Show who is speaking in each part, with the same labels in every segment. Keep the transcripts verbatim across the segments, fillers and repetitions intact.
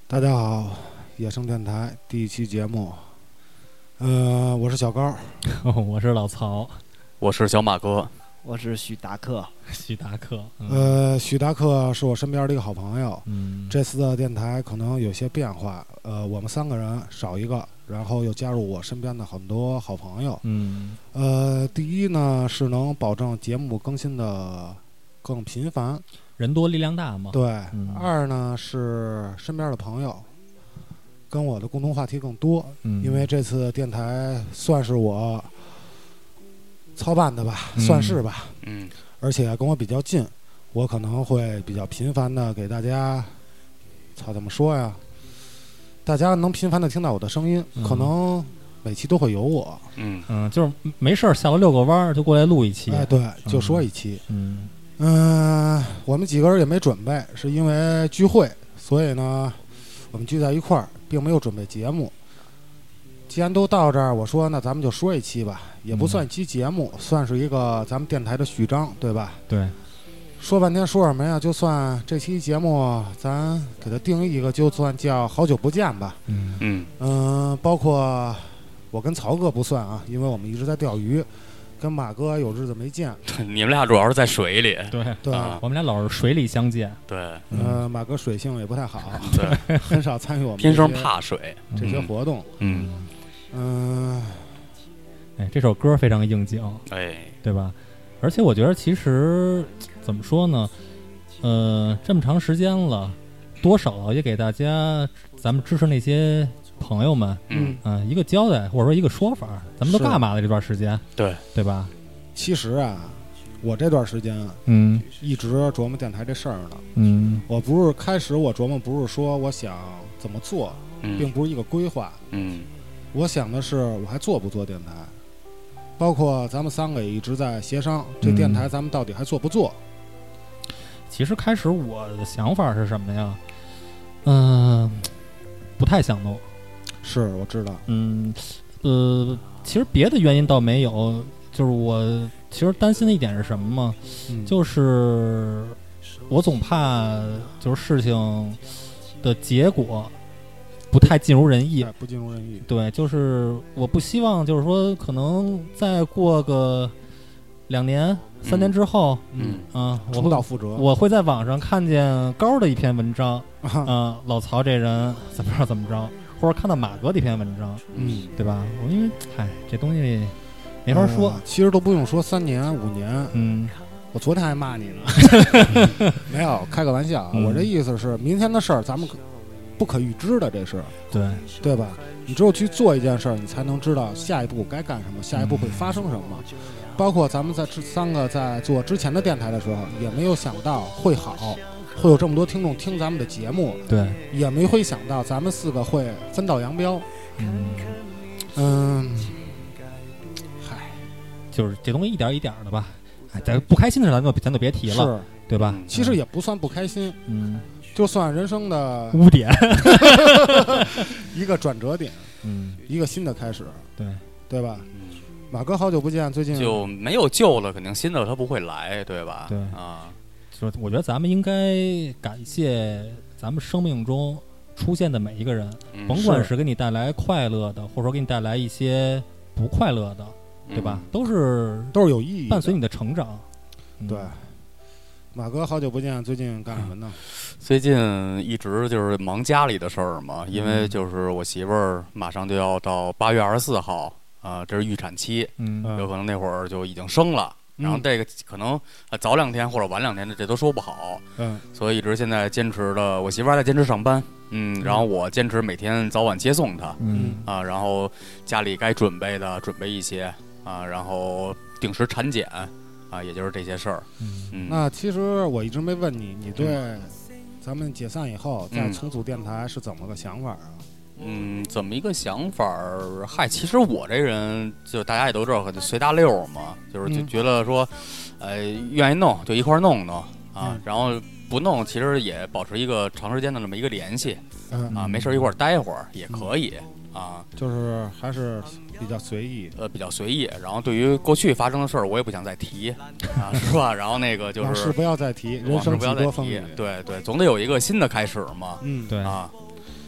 Speaker 1: 大家好，野生电台第一期节目，呃，我是小高，
Speaker 2: 我是老曹，
Speaker 3: 我是小马哥，
Speaker 4: 我是许达克。
Speaker 2: 许达克，
Speaker 1: 嗯、呃，许达克是我身边的一个好朋友。
Speaker 2: 嗯，
Speaker 1: 这次的电台可能有些变化，呃，我们三个人少一个，然后又加入我身边的很多好朋友。
Speaker 2: 嗯，
Speaker 1: 呃，第一呢是能保证节目更新的更频繁，
Speaker 2: 人多力量大嘛。
Speaker 1: 对。
Speaker 2: 嗯、
Speaker 1: 二呢是身边的朋友跟我的共同话题更多，
Speaker 2: 嗯，
Speaker 1: 因为这次电台算是我操办的吧，
Speaker 2: 嗯、
Speaker 1: 算是吧，
Speaker 3: 嗯，
Speaker 1: 而且跟我比较近，我可能会比较频繁的给大家，操怎么说呀？大家能频繁的听到我的声音，
Speaker 2: 嗯、
Speaker 1: 可能每期都会有我，
Speaker 3: 嗯
Speaker 2: 嗯，就是没事儿下楼遛个弯儿就过来录一期，
Speaker 1: 哎，对，就说一期，
Speaker 2: 嗯
Speaker 1: 嗯、呃，我们几个人也没准备，是因为聚会，所以呢，我们聚在一块儿，并没有准备节目。既然都到这儿，我说那咱们就说一期吧，也不算一期节目，嗯、算是一个咱们电台的序章，对吧？
Speaker 2: 对。
Speaker 1: 说半天说什么呀？就算这期节目，咱给它定义一个，就算叫好久不见吧。
Speaker 2: 嗯
Speaker 3: 嗯
Speaker 1: 嗯、呃，包括我跟曹哥不算啊，因为我们一直在钓鱼，跟马哥有日子没见。
Speaker 3: 你们俩主要是在水里。
Speaker 2: 对
Speaker 1: 对、
Speaker 3: 啊，
Speaker 2: 我们俩老是水里相见。
Speaker 3: 对。
Speaker 1: 呃，马哥水性也不太好，
Speaker 3: 对，
Speaker 1: 很少参与我们
Speaker 3: 天生怕水
Speaker 1: 这些活动。
Speaker 3: 嗯
Speaker 1: 嗯、呃，
Speaker 2: 哎，这首歌非常应景，
Speaker 3: 哎，
Speaker 2: 对吧？而且我觉得其实怎么说呢，呃，这么长时间了，多少也给大家咱们支持那些朋友们，
Speaker 3: 嗯
Speaker 2: 啊、呃，一个交代或者说一个说法，咱们都干嘛了这段时间？
Speaker 3: 对
Speaker 2: 对吧？
Speaker 1: 其实啊，我这段时间
Speaker 2: 嗯
Speaker 1: 一直琢磨电台这事儿呢。
Speaker 2: 嗯，
Speaker 1: 我不是开始我琢磨不是说我想怎么做，
Speaker 3: 嗯、
Speaker 1: 并不是一个规划。
Speaker 3: 嗯，
Speaker 1: 我想的是我还做不做电台。包括咱们三个也一直在协商，这电台咱们到底还做不做？
Speaker 2: 嗯、其实开始我的想法是什么呀？嗯、呃，不太想弄。
Speaker 1: 是，我知道。
Speaker 2: 嗯，呃，其实别的原因倒没有，就是我其实担心的一点是什么嘛？
Speaker 1: 嗯、
Speaker 2: 就是我总怕就是事情的结果不太尽如人意，
Speaker 1: 不尽如人意。
Speaker 2: 对，就是我不希望，就是说，可能再过个两年、三年之后，
Speaker 1: 嗯
Speaker 2: 啊，我
Speaker 1: 重蹈覆辙，
Speaker 2: 我会在网上看见高的一篇文章，
Speaker 1: 啊，
Speaker 2: 呃、老曹这人怎么着怎么着，或者看到马哥的一篇文章，
Speaker 1: 嗯，
Speaker 2: 对吧？我因为，嗨，这东西没法说、
Speaker 1: 呃，其实都不用说三年、五年，
Speaker 2: 嗯。
Speaker 1: 我昨天还骂你呢，没有，开个玩笑、嗯。我这意思是，明天的事儿咱们不可预知的，这是
Speaker 2: 对
Speaker 1: 对吧？你只有去做一件事儿，你才能知道下一步该干什么，下一步会发生什么。嗯、包括咱们在这三个在做之前的电台的时候，也没有想到会好，会有这么多听众听咱们的节目，
Speaker 2: 对，
Speaker 1: 也没会想到咱们四个会分道扬镳。
Speaker 2: 嗯
Speaker 1: 嗯，嗨，
Speaker 2: 就是这东西一点一点的吧。哎，咱不开心的事咱就咱就别提了，
Speaker 1: 是，
Speaker 2: 对吧？
Speaker 1: 其实也不算不开心，
Speaker 2: 嗯，
Speaker 1: 就算人生的
Speaker 2: 污点，
Speaker 1: 一个转折点，
Speaker 2: 嗯，
Speaker 1: 一个新的开始，
Speaker 2: 对，
Speaker 1: 对吧？马哥好久不见，最近
Speaker 3: 就没有旧了，肯定新的他不会来，对吧？
Speaker 2: 对
Speaker 3: 啊，
Speaker 2: 就我觉得咱们应该感谢咱们生命中出现的每一个人，
Speaker 3: 嗯、
Speaker 2: 甭管是给你带来快乐的，或者说给你带来一些不快乐的。对吧？
Speaker 3: 嗯、
Speaker 2: 都是
Speaker 1: 都是有意义，
Speaker 2: 伴随你的成长。
Speaker 1: 嗯、对，马哥好久不见，最近干什么呢？
Speaker 3: 最近一直就是忙家里的事儿嘛，因为就是我媳妇儿马上就要到八月二十四号啊、呃，这是预产期，
Speaker 2: 嗯，
Speaker 3: 有可能那会儿就已经生了。
Speaker 1: 嗯、
Speaker 3: 然后这个可能呃早两天或者晚两天的，这都说不好。
Speaker 1: 嗯，
Speaker 3: 所以一直现在坚持的，我媳妇儿还在坚持上班，嗯，然后我坚持每天早晚接送她，
Speaker 2: 嗯
Speaker 3: 啊，然后家里该准备的准备一些啊，然后定时产检啊，也就是这些事儿。
Speaker 2: 嗯，
Speaker 3: 嗯
Speaker 1: 那其实我一直没问你，你对咱们解散以后再重组电台是怎么个想法啊？
Speaker 3: 嗯，怎么一个想法儿？嗨，其实我这人就大家也都知道，随大溜嘛，就是就觉得说，嗯、呃，愿意弄就一块儿弄弄啊，
Speaker 1: 嗯、
Speaker 3: 然后不弄其实也保持一个长时间的这么一个联系，
Speaker 1: 嗯
Speaker 3: 啊，没事一块儿待会儿也可以、嗯、啊，
Speaker 1: 就是还是比较随意，
Speaker 3: 呃，比较随意。然后对于过去发生的事儿，我也不想再提啊，是吧？然后那个就是
Speaker 1: 往事不要再提，人生几多风雨，
Speaker 3: 对对，总得有一个新的开始嘛。
Speaker 1: 嗯，
Speaker 2: 对
Speaker 3: 啊。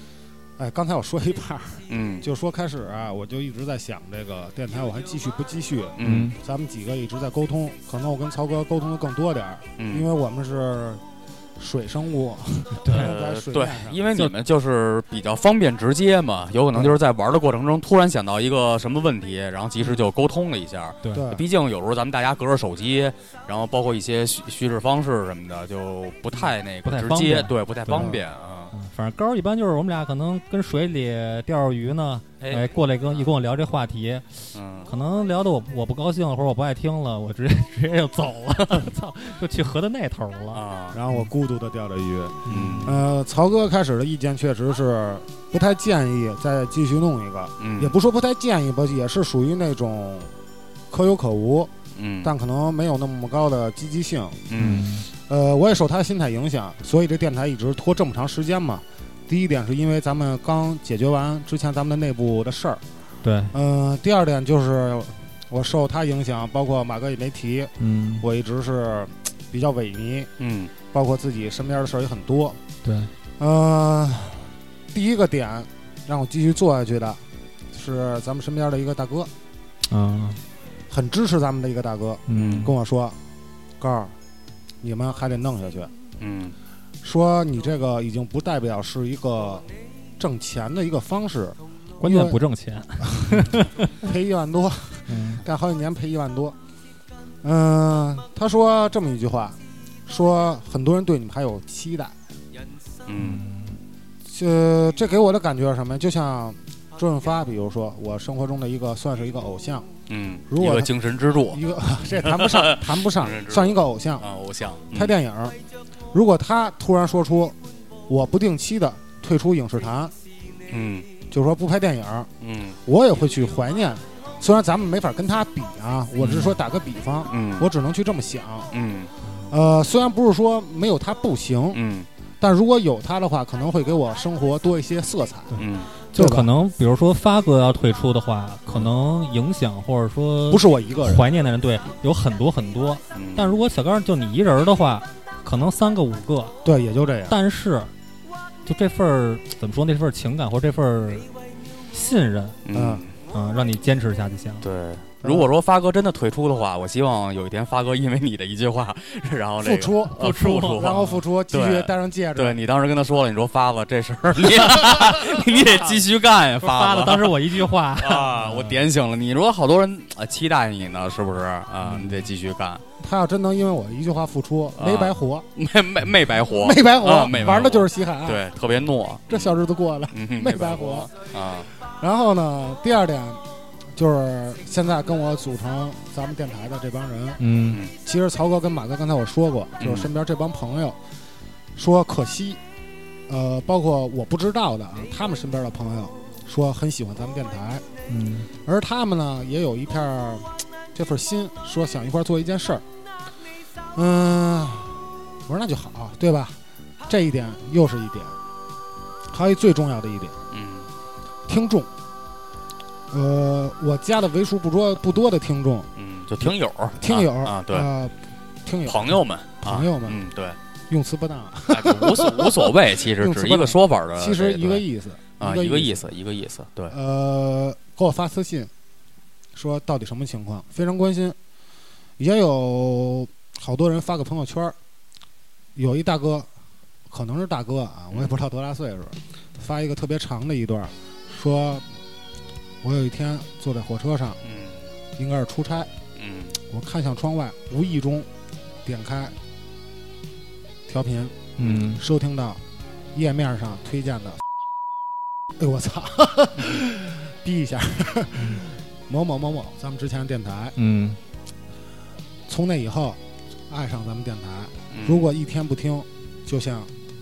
Speaker 1: 哎，刚才我说一半，
Speaker 3: 嗯，
Speaker 1: 就说开始啊，我就一直在想这个电台，我还继续不继续？
Speaker 3: 嗯，
Speaker 1: 咱们几个一直在沟通，可能我跟曹哥沟通的更多点儿，
Speaker 3: 嗯，
Speaker 1: 因为我们是水生物，
Speaker 3: 对
Speaker 1: 在水
Speaker 3: 对
Speaker 1: 面上，
Speaker 3: 因为你们就是比较方便直接嘛，有可能就是在玩的过程中突然想到一个什么问题，然后及时就沟通了一下。
Speaker 2: 对，
Speaker 1: 对
Speaker 3: 毕竟有时候咱们大家隔着手机，然后包括一些叙叙事方式什么的，就不太那
Speaker 2: 不
Speaker 3: 个直接，
Speaker 2: 太方便
Speaker 3: 对，不太
Speaker 2: 对
Speaker 3: 方便啊。
Speaker 2: 嗯，反正高一般就是我们俩可能跟水里钓着鱼呢，
Speaker 3: 哎
Speaker 2: 哎，过来跟一跟我聊这话题，
Speaker 3: 嗯，
Speaker 2: 可能聊的我我不高兴了，或者我不爱听了，我直接直接就走了，操，就去河的那头了。
Speaker 3: 啊，
Speaker 1: 然后我孤独的钓着鱼。
Speaker 3: 嗯
Speaker 1: 呃，曹哥开始的意见确实是不太建议再继续弄一个，
Speaker 3: 嗯，
Speaker 1: 也不说不太建议吧，也是属于那种可有可无，
Speaker 3: 嗯，
Speaker 1: 但可能没有那么高的积极性。
Speaker 3: 嗯
Speaker 1: 呃，我也受他心态影响，所以这电台一直拖这么长时间嘛。第一点是因为咱们刚解决完之前咱们的内部的事儿，
Speaker 2: 对，
Speaker 1: 呃，第二点就是我受他影响，包括马哥也没提，
Speaker 2: 嗯，
Speaker 1: 我一直是比较萎靡，
Speaker 3: 嗯
Speaker 1: 包括自己身边的事儿也很多。
Speaker 2: 对，
Speaker 1: 呃，第一个点让我继续做下去的是咱们身边的一个大哥，
Speaker 2: 嗯
Speaker 1: 很支持咱们的一个大哥，
Speaker 2: 嗯，
Speaker 1: 跟我说，高儿，你们还得弄下去。
Speaker 3: 嗯
Speaker 1: 说你这个已经不代表是一个挣钱的一个方式，
Speaker 2: 关键不挣钱，
Speaker 1: 赔一万多，
Speaker 2: 嗯
Speaker 1: 干好几年赔一万多。嗯、呃，他说这么一句话，说很多人对你们还有期待。
Speaker 3: 嗯
Speaker 1: 呃，这给我的感觉是什么？就像周润发，比如说我生活中的一个算是一个偶像，
Speaker 3: 嗯，
Speaker 1: 如果
Speaker 3: 一个精神支柱
Speaker 1: 一个这谈不上，谈不上
Speaker 3: 精神支，柱
Speaker 1: 算一个偶像。
Speaker 3: 啊，偶像
Speaker 1: 拍电影，如果他突然说出我不定期的退出影视坛，
Speaker 3: 嗯
Speaker 1: 就是说不拍电影，
Speaker 3: 嗯
Speaker 1: 我也会去怀念。虽然咱们没法跟他比啊，我只是说打个比方，
Speaker 3: 嗯，
Speaker 1: 我只能去这么想。
Speaker 3: 嗯
Speaker 1: 呃，虽然不是说没有他不行，
Speaker 3: 嗯
Speaker 1: 但如果有他的话，可能会给我生活多一些色彩。
Speaker 3: 嗯，
Speaker 2: 就可能比如说发哥要退出的话，可能影响或者说
Speaker 1: 不是我一个人
Speaker 2: 怀念的人，对，有很多很多。
Speaker 3: 嗯
Speaker 2: 但如果小刚就你一人的话，可能三个五个，
Speaker 1: 对，也就这样。
Speaker 2: 但是就这份儿怎么说，那份情感或者这份儿信任，
Speaker 3: 嗯，
Speaker 2: 嗯，让你坚持下去行。
Speaker 3: 对。如果说发哥真的退出的话，我希望有一天发哥因为你的一句话，然后这个
Speaker 1: 付出，
Speaker 3: 呃付出，
Speaker 1: 然后付出，继续戴上戒指。
Speaker 3: 对，你当时跟他说了，你说发子这事儿你你得继续干呀，发子。
Speaker 2: 当时我一句话
Speaker 3: 啊，我点醒了你。如果好多人啊期待你呢，是不是啊？你得继续干。
Speaker 1: 他要真能因为我一句话付出，没白活，
Speaker 3: 没没没白活，
Speaker 1: 没白活，
Speaker 3: 没
Speaker 1: 玩的就是西海岸。
Speaker 3: 对，特别糯，
Speaker 1: 这小日子过了，没白
Speaker 3: 活啊。
Speaker 1: 然后呢，第二点。就是现在跟我组成咱们电台的这帮人，
Speaker 2: 嗯，
Speaker 1: 其实曹哥跟马哥刚才我说过，就是身边这帮朋友说可惜，呃，包括我不知道的啊，他们身边的朋友说很喜欢咱们电台，
Speaker 2: 嗯，
Speaker 1: 而他们呢也有一片这份心，说想一块做一件事儿，嗯，我说那就好，对吧？这一点又是一点，还有一最重要的一点，
Speaker 3: 嗯，
Speaker 1: 听众。呃，我加的为数不多不多的听众，
Speaker 3: 嗯，就听友，
Speaker 1: 听友
Speaker 3: 啊，对，
Speaker 1: 呃，听友，
Speaker 3: 朋友们，
Speaker 1: 朋友们，
Speaker 3: 嗯，对，
Speaker 1: 用词不当，
Speaker 3: 无所无所谓，其实只一个说法的，
Speaker 1: 其实一个意思
Speaker 3: 啊，一个意思，一个意思，对，
Speaker 1: 呃，给我发私信说到底什么情况，非常关心，也有好多人发个朋友圈，有一大哥，可能是大哥啊，我也不知道多大岁数，发一个特别长的一段，说。我有一天坐在火车上，
Speaker 3: 嗯，
Speaker 1: 应该是出差，
Speaker 3: 嗯，我
Speaker 1: 看向窗外，无意中点开调频，
Speaker 2: 嗯，
Speaker 1: 收听到页面上推荐的，哎呦我操，逼一下，某某某某，咱们之前的电台，
Speaker 2: 嗯，
Speaker 1: 从那以后爱上咱们电台，如果一天不听，就像。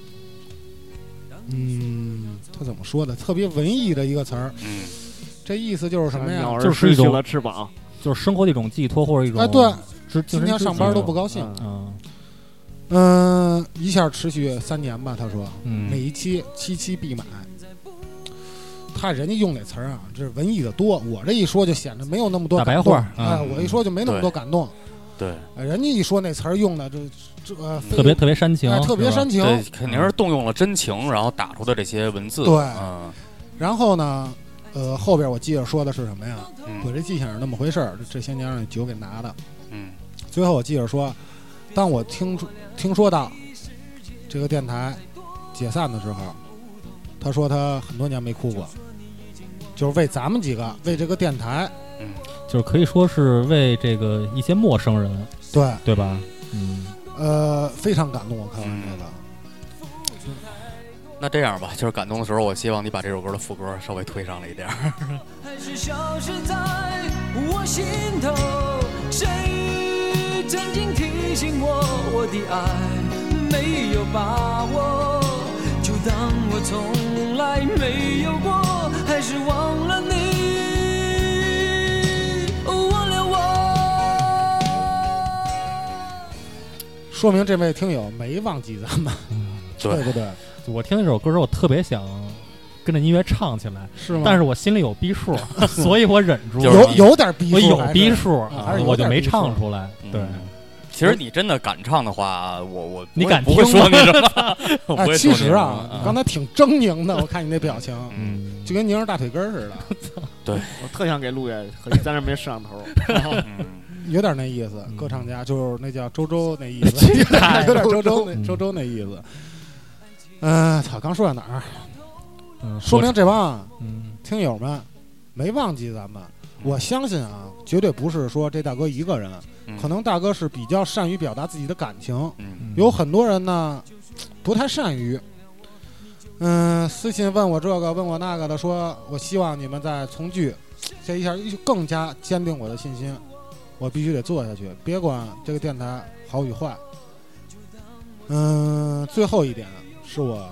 Speaker 1: 嗯，他怎么说的？特别文艺的一个词儿。
Speaker 3: 嗯，
Speaker 1: 这意思就是什么呀？
Speaker 2: 就是一种
Speaker 4: 了翅膀，
Speaker 2: 就是生活的一种寄托或者一种。
Speaker 1: 哎，对，
Speaker 2: 今
Speaker 1: 天上班都不高兴。
Speaker 2: 嗯
Speaker 1: 嗯，一下持续三年吧。他说，
Speaker 2: 嗯，
Speaker 1: 每一期期期必买。他人家用那词儿啊，这是文艺的多。我这一说就显得没有那么多
Speaker 2: 大白话。
Speaker 1: 哎，我一说就没那么多感动。
Speaker 3: 对，
Speaker 1: 人家一说那词儿用的就这、呃、
Speaker 2: 特别特别煽情，
Speaker 1: 哎、特别煽情，
Speaker 3: 对，肯定是动用了真情，然后打出的这些文字。
Speaker 1: 对，
Speaker 3: 嗯，
Speaker 1: 然后呢，呃，后边我记着说的是什么呀？
Speaker 3: 嗯、
Speaker 1: 我这记性是那么回事儿，这些年让那酒给拿的。
Speaker 3: 嗯，
Speaker 1: 最后我记着说，当我听听说到这个电台解散的时候，他说他很多年没哭过，就是为咱们几个，为这个电台，
Speaker 3: 嗯，
Speaker 2: 就是可以说是为这个一些陌生人，
Speaker 1: 对
Speaker 2: 对吧？嗯，
Speaker 1: 呃，非常感动。我看完这个。
Speaker 3: 嗯、那这样吧，就是感动的时候，我希望你把这首歌的副歌稍微推上了一点。
Speaker 4: 还是消失在我心头，谁曾经提醒我，我的爱没有把握，就当我从来没有过，还是忘了你，忘了我。
Speaker 1: 说明这位听友没忘记咱们，
Speaker 2: 嗯、
Speaker 1: 对不对？
Speaker 2: 我听这首歌时候，我特别想跟着音乐唱起来，
Speaker 1: 是吗？
Speaker 2: 但是我心里有逼数，所以我忍住。
Speaker 1: 有有点逼数，
Speaker 2: 我有逼数，
Speaker 1: 啊、
Speaker 2: 我就没唱出来。对。
Speaker 3: 嗯，其实你真的敢唱的话，我我
Speaker 2: 你敢
Speaker 3: 不会说你什么？我不会
Speaker 1: 其实啊，
Speaker 3: 嗯、
Speaker 1: 刚才挺狰狞的，我看你那表情，
Speaker 3: 嗯，
Speaker 1: 就跟拧着大腿根似的。
Speaker 3: 对，
Speaker 5: 我特想给陆爷，可惜咱这没摄像头。
Speaker 3: 嗯，
Speaker 1: 有点那意思，歌唱家就是那叫周周那意思，有点周周那周周那意思。嗯，操，刚说到哪儿？
Speaker 2: 嗯，
Speaker 1: 说明这帮
Speaker 2: 嗯
Speaker 1: 听友们没忘记咱们。我相信啊，绝对不是说这大哥一个人，
Speaker 3: 嗯、
Speaker 1: 可能大哥是比较善于表达自己的感情。
Speaker 3: 嗯，
Speaker 1: 有很多人呢不太善于，嗯，私信问我这个问我那个的，说我希望你们再重聚，这一下就更加坚定我的信心，我必须得做下去，别管这个电台好与坏。嗯，最后一点是我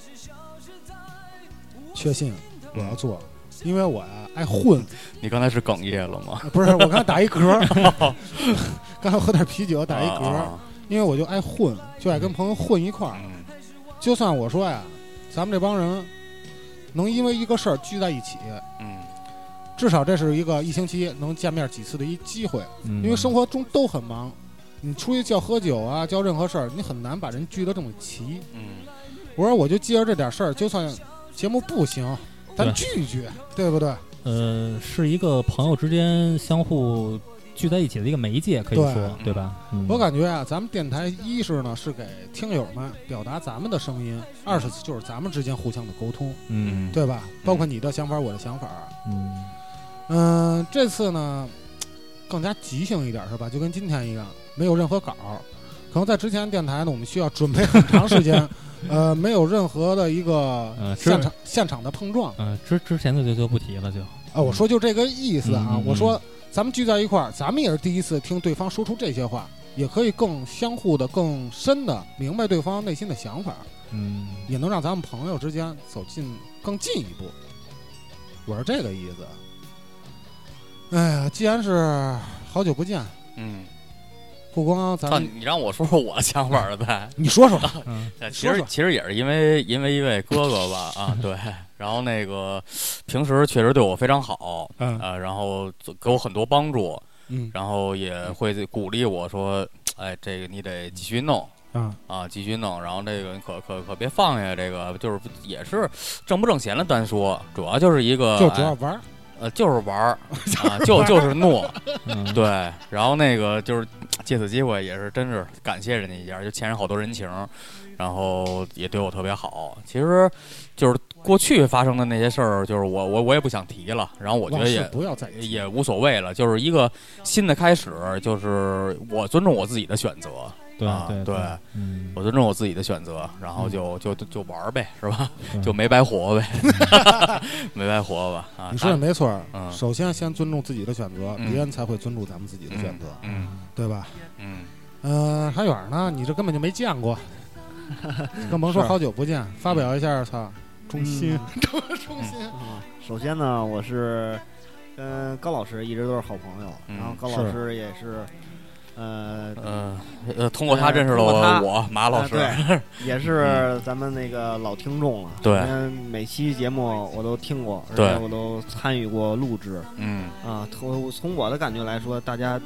Speaker 1: 确信我要做，因为我呀爱混。
Speaker 3: 你刚才是哽咽了吗？
Speaker 1: 不是，我刚才打一嗝，刚才喝点啤酒打一嗝，
Speaker 3: 啊、
Speaker 1: 因为我就爱混，就爱跟朋友混一块儿。
Speaker 3: 嗯、
Speaker 1: 就算我说呀，咱们这帮人能因为一个事儿聚在一起，
Speaker 3: 嗯，
Speaker 1: 至少这是一个一星期能见面几次的一机会，
Speaker 2: 嗯、
Speaker 1: 因为生活中都很忙，你出去叫喝酒啊，叫任何事儿，你很难把人聚得这么齐。
Speaker 3: 嗯，
Speaker 1: 我说我就借着这点事儿，就算节目不行，咱聚一聚，对不对？
Speaker 2: 呃，是一个朋友之间相互聚在一起的一个媒介，可以说， 对, 对吧、嗯？
Speaker 1: 我感觉啊，咱们电台一是呢是给听友们表达咱们的声音，二是就是咱们之间互相的沟通，
Speaker 2: 嗯，
Speaker 1: 对吧？包括你的想法，我的想法，
Speaker 2: 嗯
Speaker 1: 嗯、呃，这次呢更加即兴一点是吧？就跟今天一样，没有任何稿，可能在之前电台呢，我们需要准备很长时间。呃，没有任何的一个现场、呃、现场的碰撞。
Speaker 2: 嗯、呃，之之前的就就不提了就。
Speaker 1: 啊、呃，我说就这个意思啊。
Speaker 2: 嗯、
Speaker 1: 我说咱们聚在一块儿，咱们也是第一次听对方说出这些话，也可以更相互的、更深的明白对方内心的想法。
Speaker 2: 嗯，
Speaker 1: 也能让咱们朋友之间走近更进一步。我是这个意思。哎呀，既然是好久不见，
Speaker 3: 嗯。
Speaker 1: 不光咱们，
Speaker 3: 你让我说说我的想法呗。
Speaker 1: 你说说。
Speaker 3: 嗯，其实其实也是因为因为一位哥哥吧啊，对，然后那个平时确实对我非常好，
Speaker 1: 嗯
Speaker 3: 呃，然后给我很多帮助，
Speaker 1: 嗯，
Speaker 3: 然后也会鼓励我说，哎，这个你得继续弄。
Speaker 1: 啊
Speaker 3: 啊，继续弄，然后这个可可可别放下，这个就是也是挣不挣钱的单说，主要就是一个
Speaker 1: 就主要玩。
Speaker 3: 哎呃，就是玩儿啊，就就是诺，
Speaker 2: 嗯、
Speaker 3: 对，然后那个就是借此机会也是真是感谢人家一下，就欠人好多人情，然后也对我特别好。其实就是过去发生的那些事儿，就是我我我也不想提了，然后我觉得也
Speaker 1: 不要再提
Speaker 3: 也无所谓了，就是一个新的开始，就是我尊重我自己的选择。
Speaker 2: 对
Speaker 3: 啊，
Speaker 2: 对
Speaker 3: 对，
Speaker 2: 嗯，
Speaker 3: 我尊重我自己的选择，然后就、嗯、就就就玩呗，是吧？
Speaker 2: 嗯、
Speaker 3: 就没白活呗，没白活吧？啊，
Speaker 1: 你说的没错。
Speaker 3: 嗯，
Speaker 1: 首先先尊重自己的选择，
Speaker 3: 嗯、
Speaker 1: 别人才会尊重咱们自己的选择，
Speaker 3: 嗯，嗯
Speaker 1: 对吧？
Speaker 3: 嗯，
Speaker 1: 呃，还远呢，你这根本就没见过，更甭说好久不见，发表一下，操，衷心，衷心。
Speaker 5: 嗯，首先呢，我是跟高老师一直都是好朋友，
Speaker 3: 嗯、
Speaker 5: 然后高老师也是。呃
Speaker 3: 呃通过他认识了我，我马老师，
Speaker 5: 呃、对，也是咱们那个老听众了。
Speaker 3: 对，
Speaker 5: 每期节目我都听过，而
Speaker 3: 且
Speaker 5: 我都参与过录制。
Speaker 3: 嗯
Speaker 5: 啊，从从我的感觉来说，大家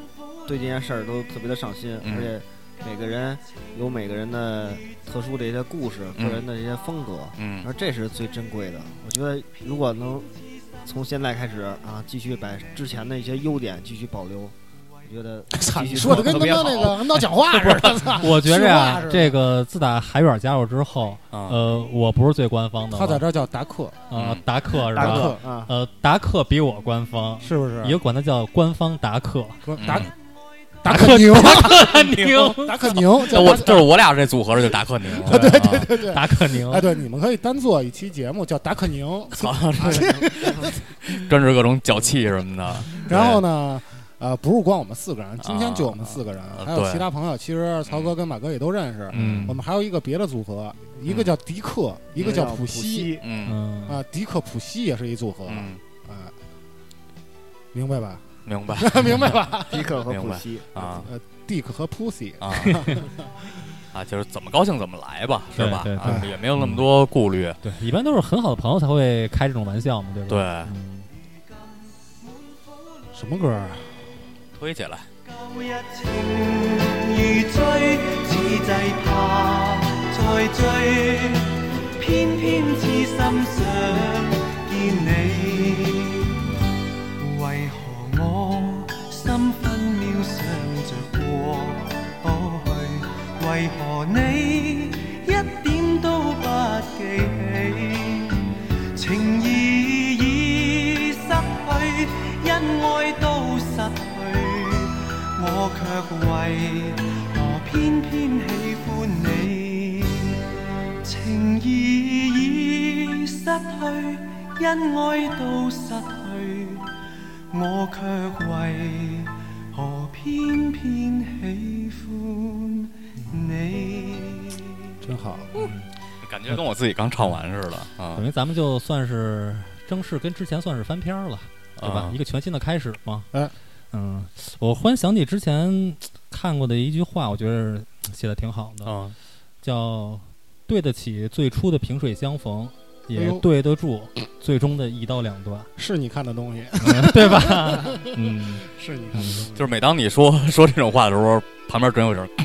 Speaker 5: 对这件事儿都特别的上心，
Speaker 3: 嗯
Speaker 5: 而且每个人有每个人的特殊的一些故事，
Speaker 3: 嗯
Speaker 5: 个人的这些风格，
Speaker 3: 嗯
Speaker 5: 而这是最珍贵的。我觉得如果能从现在开始啊，继续把之前的一些优点继续保留，我觉得
Speaker 1: 操，
Speaker 5: 继续
Speaker 1: 你说的跟他
Speaker 5: 特别好
Speaker 1: 妈那个闹讲话似的。操
Speaker 2: 我觉着
Speaker 1: 说话
Speaker 2: 呀
Speaker 1: 似，的
Speaker 2: 这个自打海远加入之后，
Speaker 3: 啊
Speaker 2: 呃，我不是最官方的了，
Speaker 1: 他在这儿叫达克，
Speaker 2: 呃
Speaker 3: 嗯
Speaker 2: 达克是
Speaker 5: 达
Speaker 2: 吧？
Speaker 5: 克啊，
Speaker 2: 呃，达克比我官方，
Speaker 1: 是不是？
Speaker 2: 也管他叫官方达克。
Speaker 1: 达
Speaker 3: 嗯
Speaker 1: 达克宁，
Speaker 2: 宁，
Speaker 1: 达克宁，
Speaker 3: 那我
Speaker 1: 叫达克
Speaker 3: 就是我俩这组合就是达克宁，对对对
Speaker 1: 对对。
Speaker 2: 达克宁，
Speaker 1: 哎，对，你们可以单做一期节目叫达克宁。
Speaker 3: 操，专治各种脚气什么的。
Speaker 1: 然后呢，呃，不是光我们四个人，今天就我们四个人，
Speaker 3: 啊
Speaker 1: 还有
Speaker 3: 对
Speaker 1: 其他朋友。其实曹哥跟马哥也都认识。
Speaker 2: 嗯
Speaker 1: 我们还有一个别的组合，一个叫迪克，一个叫普
Speaker 5: 西，
Speaker 1: 西。
Speaker 3: 嗯
Speaker 2: 嗯
Speaker 1: 啊，迪克普西也是一组合。
Speaker 3: 嗯，
Speaker 1: 啊，明白吧？
Speaker 3: 明白
Speaker 1: 明白吧？
Speaker 5: 迪克和
Speaker 3: 明白
Speaker 5: 普西
Speaker 3: 啊
Speaker 1: 呃，Dick 和 Pussy。
Speaker 3: 啊啊，就是怎么高兴怎么来吧，是吧？
Speaker 2: 对对
Speaker 3: 啊，也没有那么多顾虑。
Speaker 2: 对，一般都是很好的朋友才会开这种玩笑嘛，对吧？
Speaker 3: 对，
Speaker 2: 嗯
Speaker 1: 什么歌啊？
Speaker 3: 推起来。
Speaker 6: 舊日情如醉，似祭怕再追，偏偏痴心想見你。為何我心分秒想着過去？為何你一點都不記起？情意已失去，因愛都失去。我卻為何偏偏喜歡你？情意已失去，因愛都失去，我卻為何偏偏喜歡你？
Speaker 1: 真好。
Speaker 3: 感觉跟我自己刚唱完似的啊
Speaker 2: 等于咱们就算是正式跟之前算是翻篇了，对吧？
Speaker 3: 啊
Speaker 2: 一个全新的开始嘛。
Speaker 1: 哎，
Speaker 2: 嗯，我忽然想起之前看过的一句话，我觉得写的挺好的，
Speaker 3: 嗯
Speaker 2: 叫“对得起最初的萍水相逢，
Speaker 1: 哎
Speaker 2: 也
Speaker 1: 呦
Speaker 2: 对得住最终的一刀两断”，
Speaker 1: 是你看的东西，
Speaker 2: 嗯对吧？嗯，
Speaker 1: 是你看的东西。
Speaker 3: 就是每当你说说这种话的时候，旁边准有人。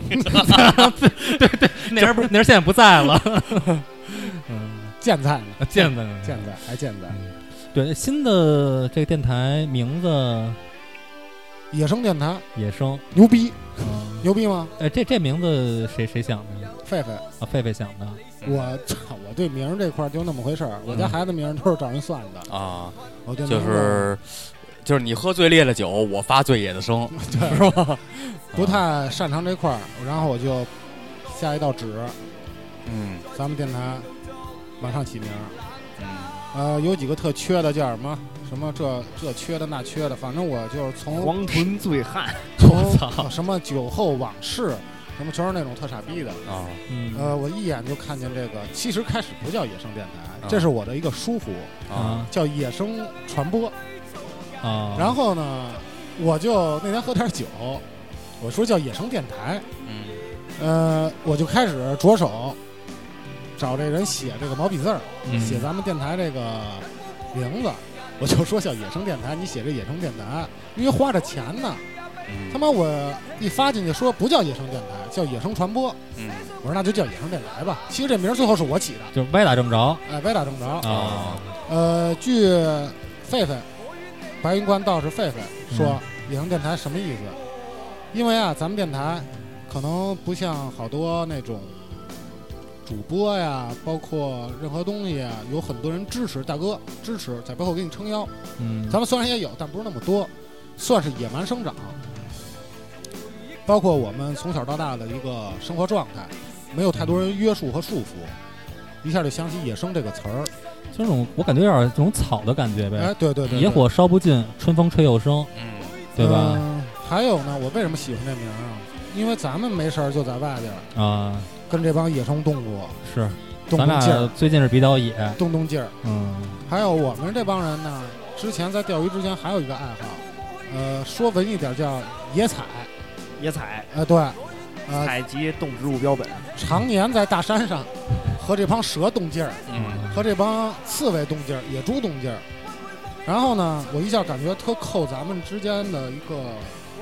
Speaker 2: 那人不是那人现在不在了。嗯，
Speaker 1: 健在呢，
Speaker 2: 健在
Speaker 1: 健在还健在。
Speaker 2: 对，新的这个电台名字
Speaker 1: 野生电台
Speaker 2: 野生，
Speaker 1: 牛逼，
Speaker 2: 嗯，
Speaker 1: 牛逼吗？
Speaker 2: 哎，这这名字谁谁想的？
Speaker 1: 狒狒，
Speaker 2: 啊，狒狒想的。
Speaker 1: 我操，我对名儿这块儿就那么回事儿。我家孩子名儿都是找人算的。
Speaker 3: 啊，
Speaker 1: 我对
Speaker 3: 就
Speaker 1: 名字
Speaker 3: 是就是你喝最烈的酒，我发最野的声，
Speaker 1: 对
Speaker 3: 是吧？
Speaker 1: 不太擅长这块儿，然后我就下一道旨，
Speaker 3: 嗯
Speaker 1: 咱们电台马上起名儿。
Speaker 3: 嗯
Speaker 1: 呃，有几个特缺的叫什么什么这这缺的那缺的，反正我就是从
Speaker 5: 黄臀醉汉，
Speaker 1: 从
Speaker 2: 操
Speaker 1: 什么酒后往事，什么全是那种特傻逼的。
Speaker 3: 啊
Speaker 2: 嗯，
Speaker 1: 呃，我一眼就看见这个，其实开始不叫野生电台，
Speaker 3: 啊
Speaker 1: 这是我的一个疏忽，
Speaker 3: 啊
Speaker 1: 叫野生传播。
Speaker 2: 啊，
Speaker 1: 然后呢，我就那天喝点酒，我说叫野生电台，
Speaker 3: 嗯
Speaker 1: 呃，我就开始着手找这人写这个毛笔字儿，
Speaker 2: 嗯
Speaker 1: 写咱们电台这个名字。我就说叫野生电台，你写这野生电台，因为花着钱呢。
Speaker 3: 嗯
Speaker 1: 他妈我一发进去说不叫野生电台，叫野生传播。
Speaker 3: 嗯
Speaker 1: 我说那就叫野生电台吧。其实这名儿最后是我起的，
Speaker 2: 就歪打正着
Speaker 1: 哎，歪打正着。
Speaker 2: 啊，
Speaker 1: 呃，据狒狒白云观道士狒狒说，
Speaker 2: 嗯
Speaker 1: 野生电台什么意思？因为啊，咱们电台可能不像好多那种主播呀，包括任何东西啊，有很多人支持，大哥支持，在背后给你撑腰。
Speaker 2: 嗯，
Speaker 1: 咱们虽然也有，但不是那么多，算是野蛮生长。包括我们从小到大的一个生活状态，没有太多人约束和束缚，一下就想起“野生”这个词儿。
Speaker 2: 就这种我感觉有点这种草的感觉呗。
Speaker 1: 哎，对对对，对
Speaker 2: 野火烧不尽，春风吹又生，
Speaker 3: 嗯
Speaker 2: 对吧？
Speaker 1: 嗯还有呢，我为什么喜欢这名儿啊？因为咱们没事儿就在外边儿
Speaker 2: 啊，
Speaker 1: 跟这帮野生动物
Speaker 2: 是，咱
Speaker 1: 动动劲儿
Speaker 2: 俩，最近是比较野，
Speaker 1: 动动劲儿。
Speaker 2: 嗯
Speaker 1: 还有我们这帮人呢，之前在钓鱼之前还有一个爱好，呃，说文艺点儿叫野采。
Speaker 5: 野采，
Speaker 1: 呃，对，呃，
Speaker 5: 采集动植物标本，
Speaker 1: 常年在大山上和这帮蛇动劲儿，
Speaker 3: 嗯
Speaker 1: 和这帮刺猬动劲儿，野猪动劲儿。然后呢，我一下感觉特扣咱们之间的一个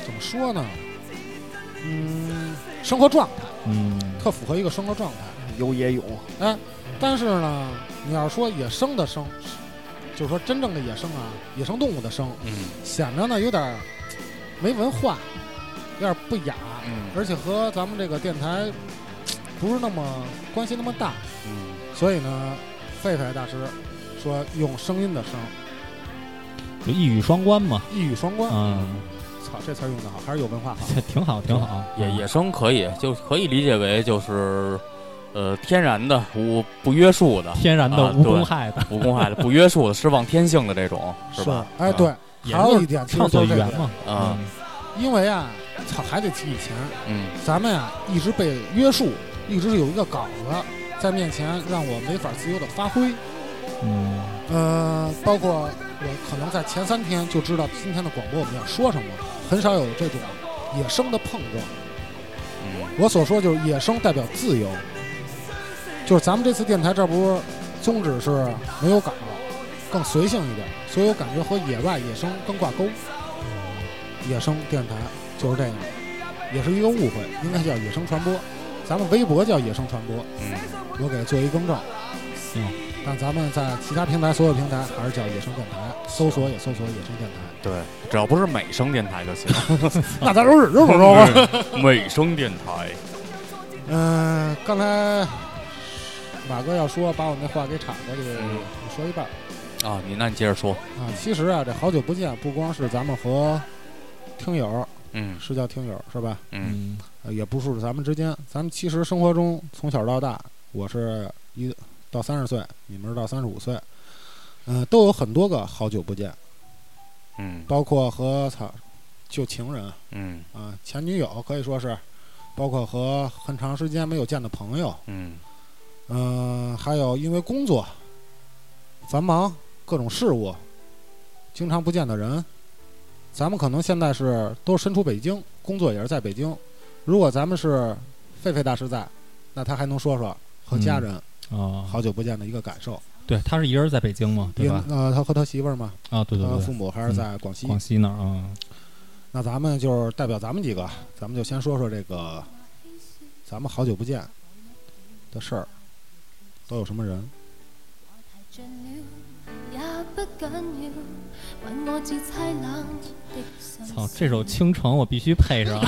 Speaker 1: 怎么说呢？嗯，生活状态，
Speaker 2: 嗯，
Speaker 1: 特符合一个生活状态。
Speaker 5: 游野泳，
Speaker 1: 哎，但是呢，你要说野生的生，就是说真正的野生啊，野生动物的生，
Speaker 3: 嗯，
Speaker 1: 显得呢有点没文化，有点不雅，
Speaker 3: 嗯，
Speaker 1: 而且和咱们这个电台不是那么关系那么大，
Speaker 3: 嗯，
Speaker 1: 所以呢，狒狒大师说用声音的声，
Speaker 2: 就一语双关嘛，
Speaker 1: 一语双关。
Speaker 2: 嗯，
Speaker 1: 操，这词儿用的好，还是有文化好。
Speaker 2: 挺好，挺好。
Speaker 3: 野野生可以，就可以理解为就是呃天然的无不约束的，
Speaker 2: 天然的
Speaker 3: 啊
Speaker 2: 无公害的，
Speaker 3: 无公害的不约束的释放天性的这种是吧？
Speaker 1: 哎，对，还有一点
Speaker 2: 畅所欲言嘛。
Speaker 3: 啊，
Speaker 1: 因为啊，操，还得提以前，
Speaker 3: 嗯，
Speaker 1: 咱们呀一直被约束，一直是有一个稿子在面前，让我没法自由的发挥。
Speaker 2: 嗯，
Speaker 1: 呃，包括我可能在前三天就知道今天的广播我们要说什么，很少有这种野生的碰撞。
Speaker 3: 嗯，
Speaker 1: 我所说就是野生代表自由，就是咱们这次电台这不是宗旨是没有稿，更随性一点，所以我感觉和野外野生更挂钩。野生电台就是这样，也是一个误会，应该叫野生传播。咱们微博叫野生传播，
Speaker 3: 嗯，
Speaker 1: 我给做一更正。
Speaker 2: 行，
Speaker 1: 但咱们在其他平台，所有平台还是叫野生电台，搜索也搜索野生电台。
Speaker 3: 对，只要不是美声电台就行。
Speaker 1: 那咱都是这么说吧。
Speaker 3: 美声电台。
Speaker 1: 嗯、呃，刚才马哥要说把我那话给岔过去，
Speaker 3: 嗯、
Speaker 1: 你说一半。
Speaker 3: 啊，你那你接着说。
Speaker 1: 啊，其实啊，这好久不见，不光是咱们和听友，
Speaker 3: 嗯，
Speaker 1: 是叫听友是吧？
Speaker 3: 嗯，
Speaker 1: 呃、也不是咱们之间，咱们其实生活中从小到大，我是一到三十岁，你们是到三十五岁，嗯、呃，都有很多个好久不见，
Speaker 3: 嗯，
Speaker 1: 包括和操旧情人，
Speaker 3: 嗯
Speaker 1: 啊、呃，前女友可以说是，包括和很长时间没有见的朋友，
Speaker 3: 嗯，
Speaker 1: 嗯、呃，还有因为工作繁忙各种事务，经常不见的人。咱们可能现在是都身处北京，工作也是在北京。如果咱们是狒狒大师在，那他还能说说和家人
Speaker 2: 啊
Speaker 1: 好久不见的一个感受。
Speaker 2: 嗯哦、对，他是一人在北京嘛，对吧？
Speaker 1: 呃，他和他媳妇儿嘛，
Speaker 2: 啊，对对对，
Speaker 1: 父母还是在广西。
Speaker 2: 嗯、广西那儿啊。
Speaker 1: 那咱们就是代表咱们几个，咱们就先说说这个，咱们好久不见的事儿，都有什么人？
Speaker 2: 操，这首《倾城》我必须配上。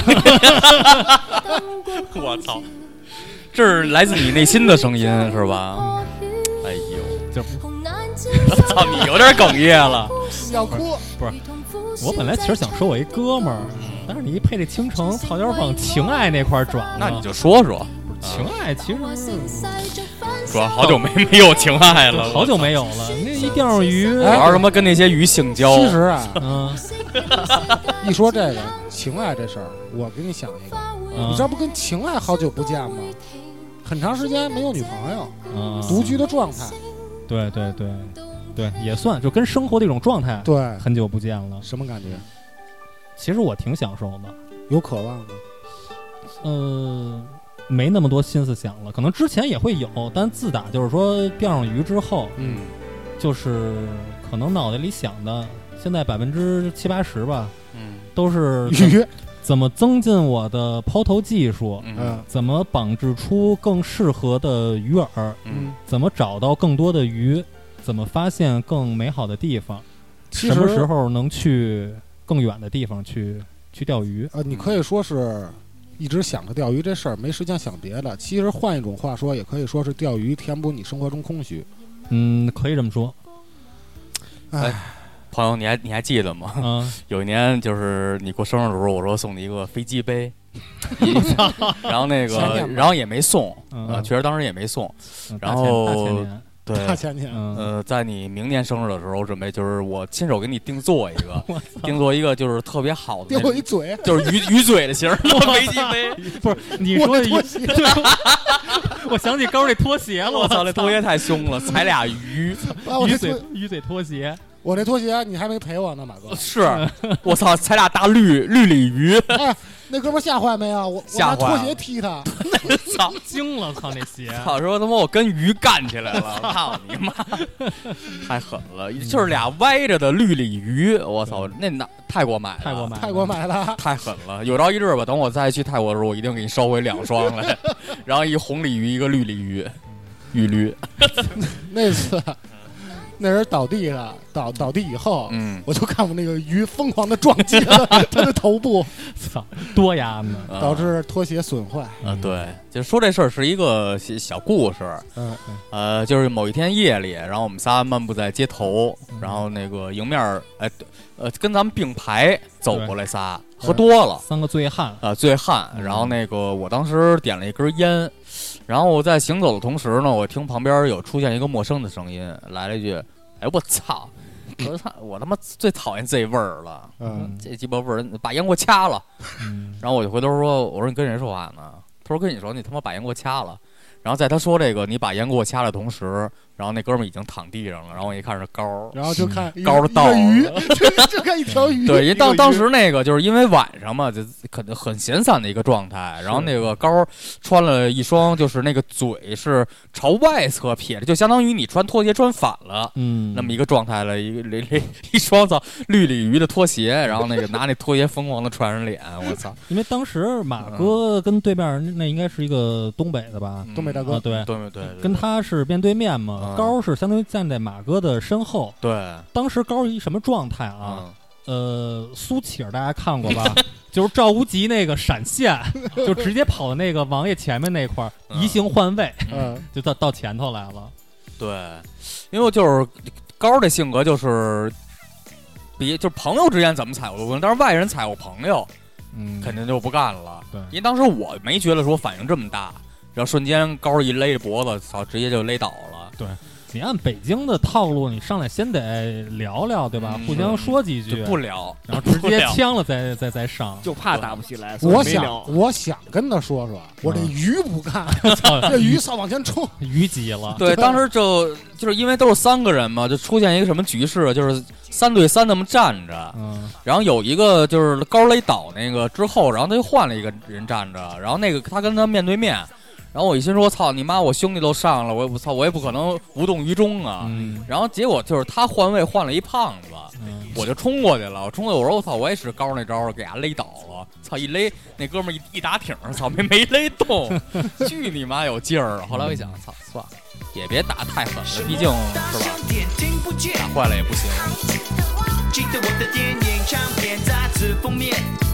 Speaker 3: 我操，这是来自你内心的声音是吧？哎呦，
Speaker 2: 就
Speaker 3: 操，你有点哽咽了，
Speaker 1: 要哭。
Speaker 2: 不是，我本来其实想说我一哥们儿，但是你一配这《倾城》，好点往情爱那块转了。
Speaker 3: 那你就说说，
Speaker 2: 情爱其实
Speaker 3: 主要好久没没有情爱了，
Speaker 2: 好久没有了。那一钓鱼，
Speaker 3: 主要什么跟那些鱼性交。
Speaker 1: 其实啊，
Speaker 2: 嗯，
Speaker 1: 一说这个情爱这事儿，我给你想一个，
Speaker 2: 嗯、
Speaker 1: 你这不跟情爱好久不见吗？很长时间没有女朋友，
Speaker 2: 嗯、
Speaker 1: 独居的状态。
Speaker 2: 对对对对，也算就跟生活的一种状态。
Speaker 1: 对，
Speaker 2: 很久不见了。
Speaker 1: 什么感觉？
Speaker 2: 其实我挺享受的。
Speaker 1: 有渴望吗？
Speaker 2: 呃。没那么多心思想了，可能之前也会有，但自打就是说钓上鱼之后，
Speaker 1: 嗯，
Speaker 2: 就是可能脑袋里想的，现在百分之七八十吧，
Speaker 3: 嗯，
Speaker 2: 都是
Speaker 1: 鱼
Speaker 2: 怎么增进我的抛投技术，
Speaker 3: 嗯，
Speaker 2: 怎么绑制出更适合的鱼饵，
Speaker 3: 嗯，
Speaker 2: 怎么找到更多的鱼，怎么发现更美好的地方，
Speaker 1: 什
Speaker 2: 么时候能去更远的地方去去钓鱼？
Speaker 1: 呃，你可以说是。一直想着钓鱼这事儿，没时间想别的。其实换一种话说，也可以说是钓鱼填补你生活中空虚。
Speaker 2: 嗯，可以这么说。
Speaker 3: 哎，朋友，你还你还记得吗？
Speaker 2: 嗯，
Speaker 3: 有一年就是你过生日的时候，我说送你一个飞机杯，然后那个，然后也没送，
Speaker 2: 嗯、
Speaker 3: 呃，确实当时也没送。
Speaker 2: 嗯、
Speaker 3: 然后
Speaker 1: 对，
Speaker 3: 对，
Speaker 1: 前年，
Speaker 2: 嗯、
Speaker 3: 呃，在你明年生日的时候，准备就是我亲手给你定做一个，定做一个就是特别好的，
Speaker 1: 丢我一嘴，
Speaker 3: 就是鱼鱼嘴的型的飞机杯。
Speaker 2: 不是你说的鱼，我想起高那拖鞋了，
Speaker 3: 我操，那拖鞋太凶了，踩俩鱼，
Speaker 2: 鱼嘴鱼嘴拖鞋。
Speaker 1: 我那拖鞋你还没赔我呢，马哥。
Speaker 3: 是，我操，才俩大绿绿鲤鱼，
Speaker 1: 哎，那哥们吓坏没有？我我拿拖鞋踢他，
Speaker 3: 操，
Speaker 2: 惊了，操那鞋！
Speaker 3: 操，说他妈我跟鱼干起来了，操你妈，太狠了，就是俩歪着的绿鲤鱼，我操，那哪泰国买的，
Speaker 2: 泰国买的，
Speaker 1: 泰国买的，
Speaker 3: 太狠了。有朝一日吧，等我再去泰国的时候，我一定给你捎回两双来，然后一红鲤鱼，一个绿鲤鱼，玉驴。
Speaker 1: 那次。那人倒地了，倒倒地以后，
Speaker 3: 嗯，
Speaker 1: 我就看我那个鱼疯狂的撞击了他的头部，
Speaker 2: 操，多压呢，
Speaker 1: 导致拖鞋损坏。
Speaker 3: 啊，对，就说这事儿是一个小故事。
Speaker 1: 嗯，
Speaker 3: 呃，就是某一天夜里，然后我们仨漫步在街头，然后那个迎面儿，哎，呃，跟咱们并排走过来仨，喝多了，
Speaker 2: 三个醉汉，
Speaker 3: 啊，醉汉。然后那个我当时点了一根烟。然后我在行走的同时呢，我听旁边有出现一个陌生的声音，来了一句：“哎，我操！我操！我他妈最讨厌这味儿了，
Speaker 1: 嗯，
Speaker 3: 这鸡巴味儿，把烟给我掐了。
Speaker 2: 嗯”
Speaker 3: 然后我就回头说：“我说你跟谁说话呢？”他说：“跟你说，你他妈把烟给我掐了。”然后在他说这个你把烟给我掐的同时，然后那哥们儿已经躺地上了，然后我一看是高，
Speaker 1: 然后就看
Speaker 3: 高的到
Speaker 1: 鱼，就看一条鱼。
Speaker 3: 对，因为当当时那个就是因为晚上嘛，就可能很闲散的一个状态，然后那个高穿了一双就是那个嘴是朝外侧撇的，就相当于你穿拖鞋穿反了，
Speaker 2: 嗯，
Speaker 3: 那么一个状态了，一个一一双操绿鲤鱼的拖鞋，然后那个拿那拖鞋疯狂的穿人脸，我操！
Speaker 2: 因为当时马哥跟对面那应该是一个东北的吧，
Speaker 3: 嗯、
Speaker 1: 东北大哥，
Speaker 2: 啊、对
Speaker 3: 对对对，
Speaker 2: 跟他是面对面嘛，
Speaker 3: 嗯、
Speaker 2: 高是相当于站在马哥的身后。
Speaker 3: 对，
Speaker 2: 当时高一什么状态啊？
Speaker 3: 嗯
Speaker 2: 呃，苏乞儿大家看过吧？就是赵无极那个闪现，就直接跑到那个王爷前面那块儿，
Speaker 3: 嗯、
Speaker 2: 移形换位，
Speaker 1: 嗯，
Speaker 2: 就到到前头来了。
Speaker 3: 对，因为就是高的性格就是比就是朋友之间怎么踩我都不行，但是外人踩我朋友，
Speaker 2: 嗯，
Speaker 3: 肯定就不干了。
Speaker 2: 对，
Speaker 3: 因为当时我没觉得说反应这么大，然后瞬间高一勒着脖子，操，直接就勒倒了。
Speaker 2: 对。你按北京的套路，你上来先得聊聊，对吧？
Speaker 3: 嗯、
Speaker 2: 互相说几句，
Speaker 3: 不聊，
Speaker 2: 然后直接呛了再再再上，
Speaker 5: 就怕打不起来。
Speaker 1: 我想，我想跟他说说，我这鱼不干，这鱼操往前冲，
Speaker 2: 鱼急了。
Speaker 3: 对，当时就就是因为都是三个人嘛，就出现一个什么局势，就是三对三那么站着，
Speaker 2: 嗯，
Speaker 3: 然后有一个就是高勒倒那个之后，然后他又换了一个人站着，然后那个他跟他面对面。然后我一心说操你妈，我兄弟都上了，我也不操，我也不可能无动于衷啊。
Speaker 2: 嗯、
Speaker 3: 然后结果就是他换位换了一胖子，
Speaker 2: 嗯、
Speaker 3: 我就冲过去了。我冲过去，我说我操，我也使高那招给他勒倒了。操一勒，那哥们一一打挺，操没没勒动，巨你妈有劲儿。后来我一想，操算了，也别打太狠了，毕竟是吧，打坏了也不行。记得我的电影唱片杂志封面。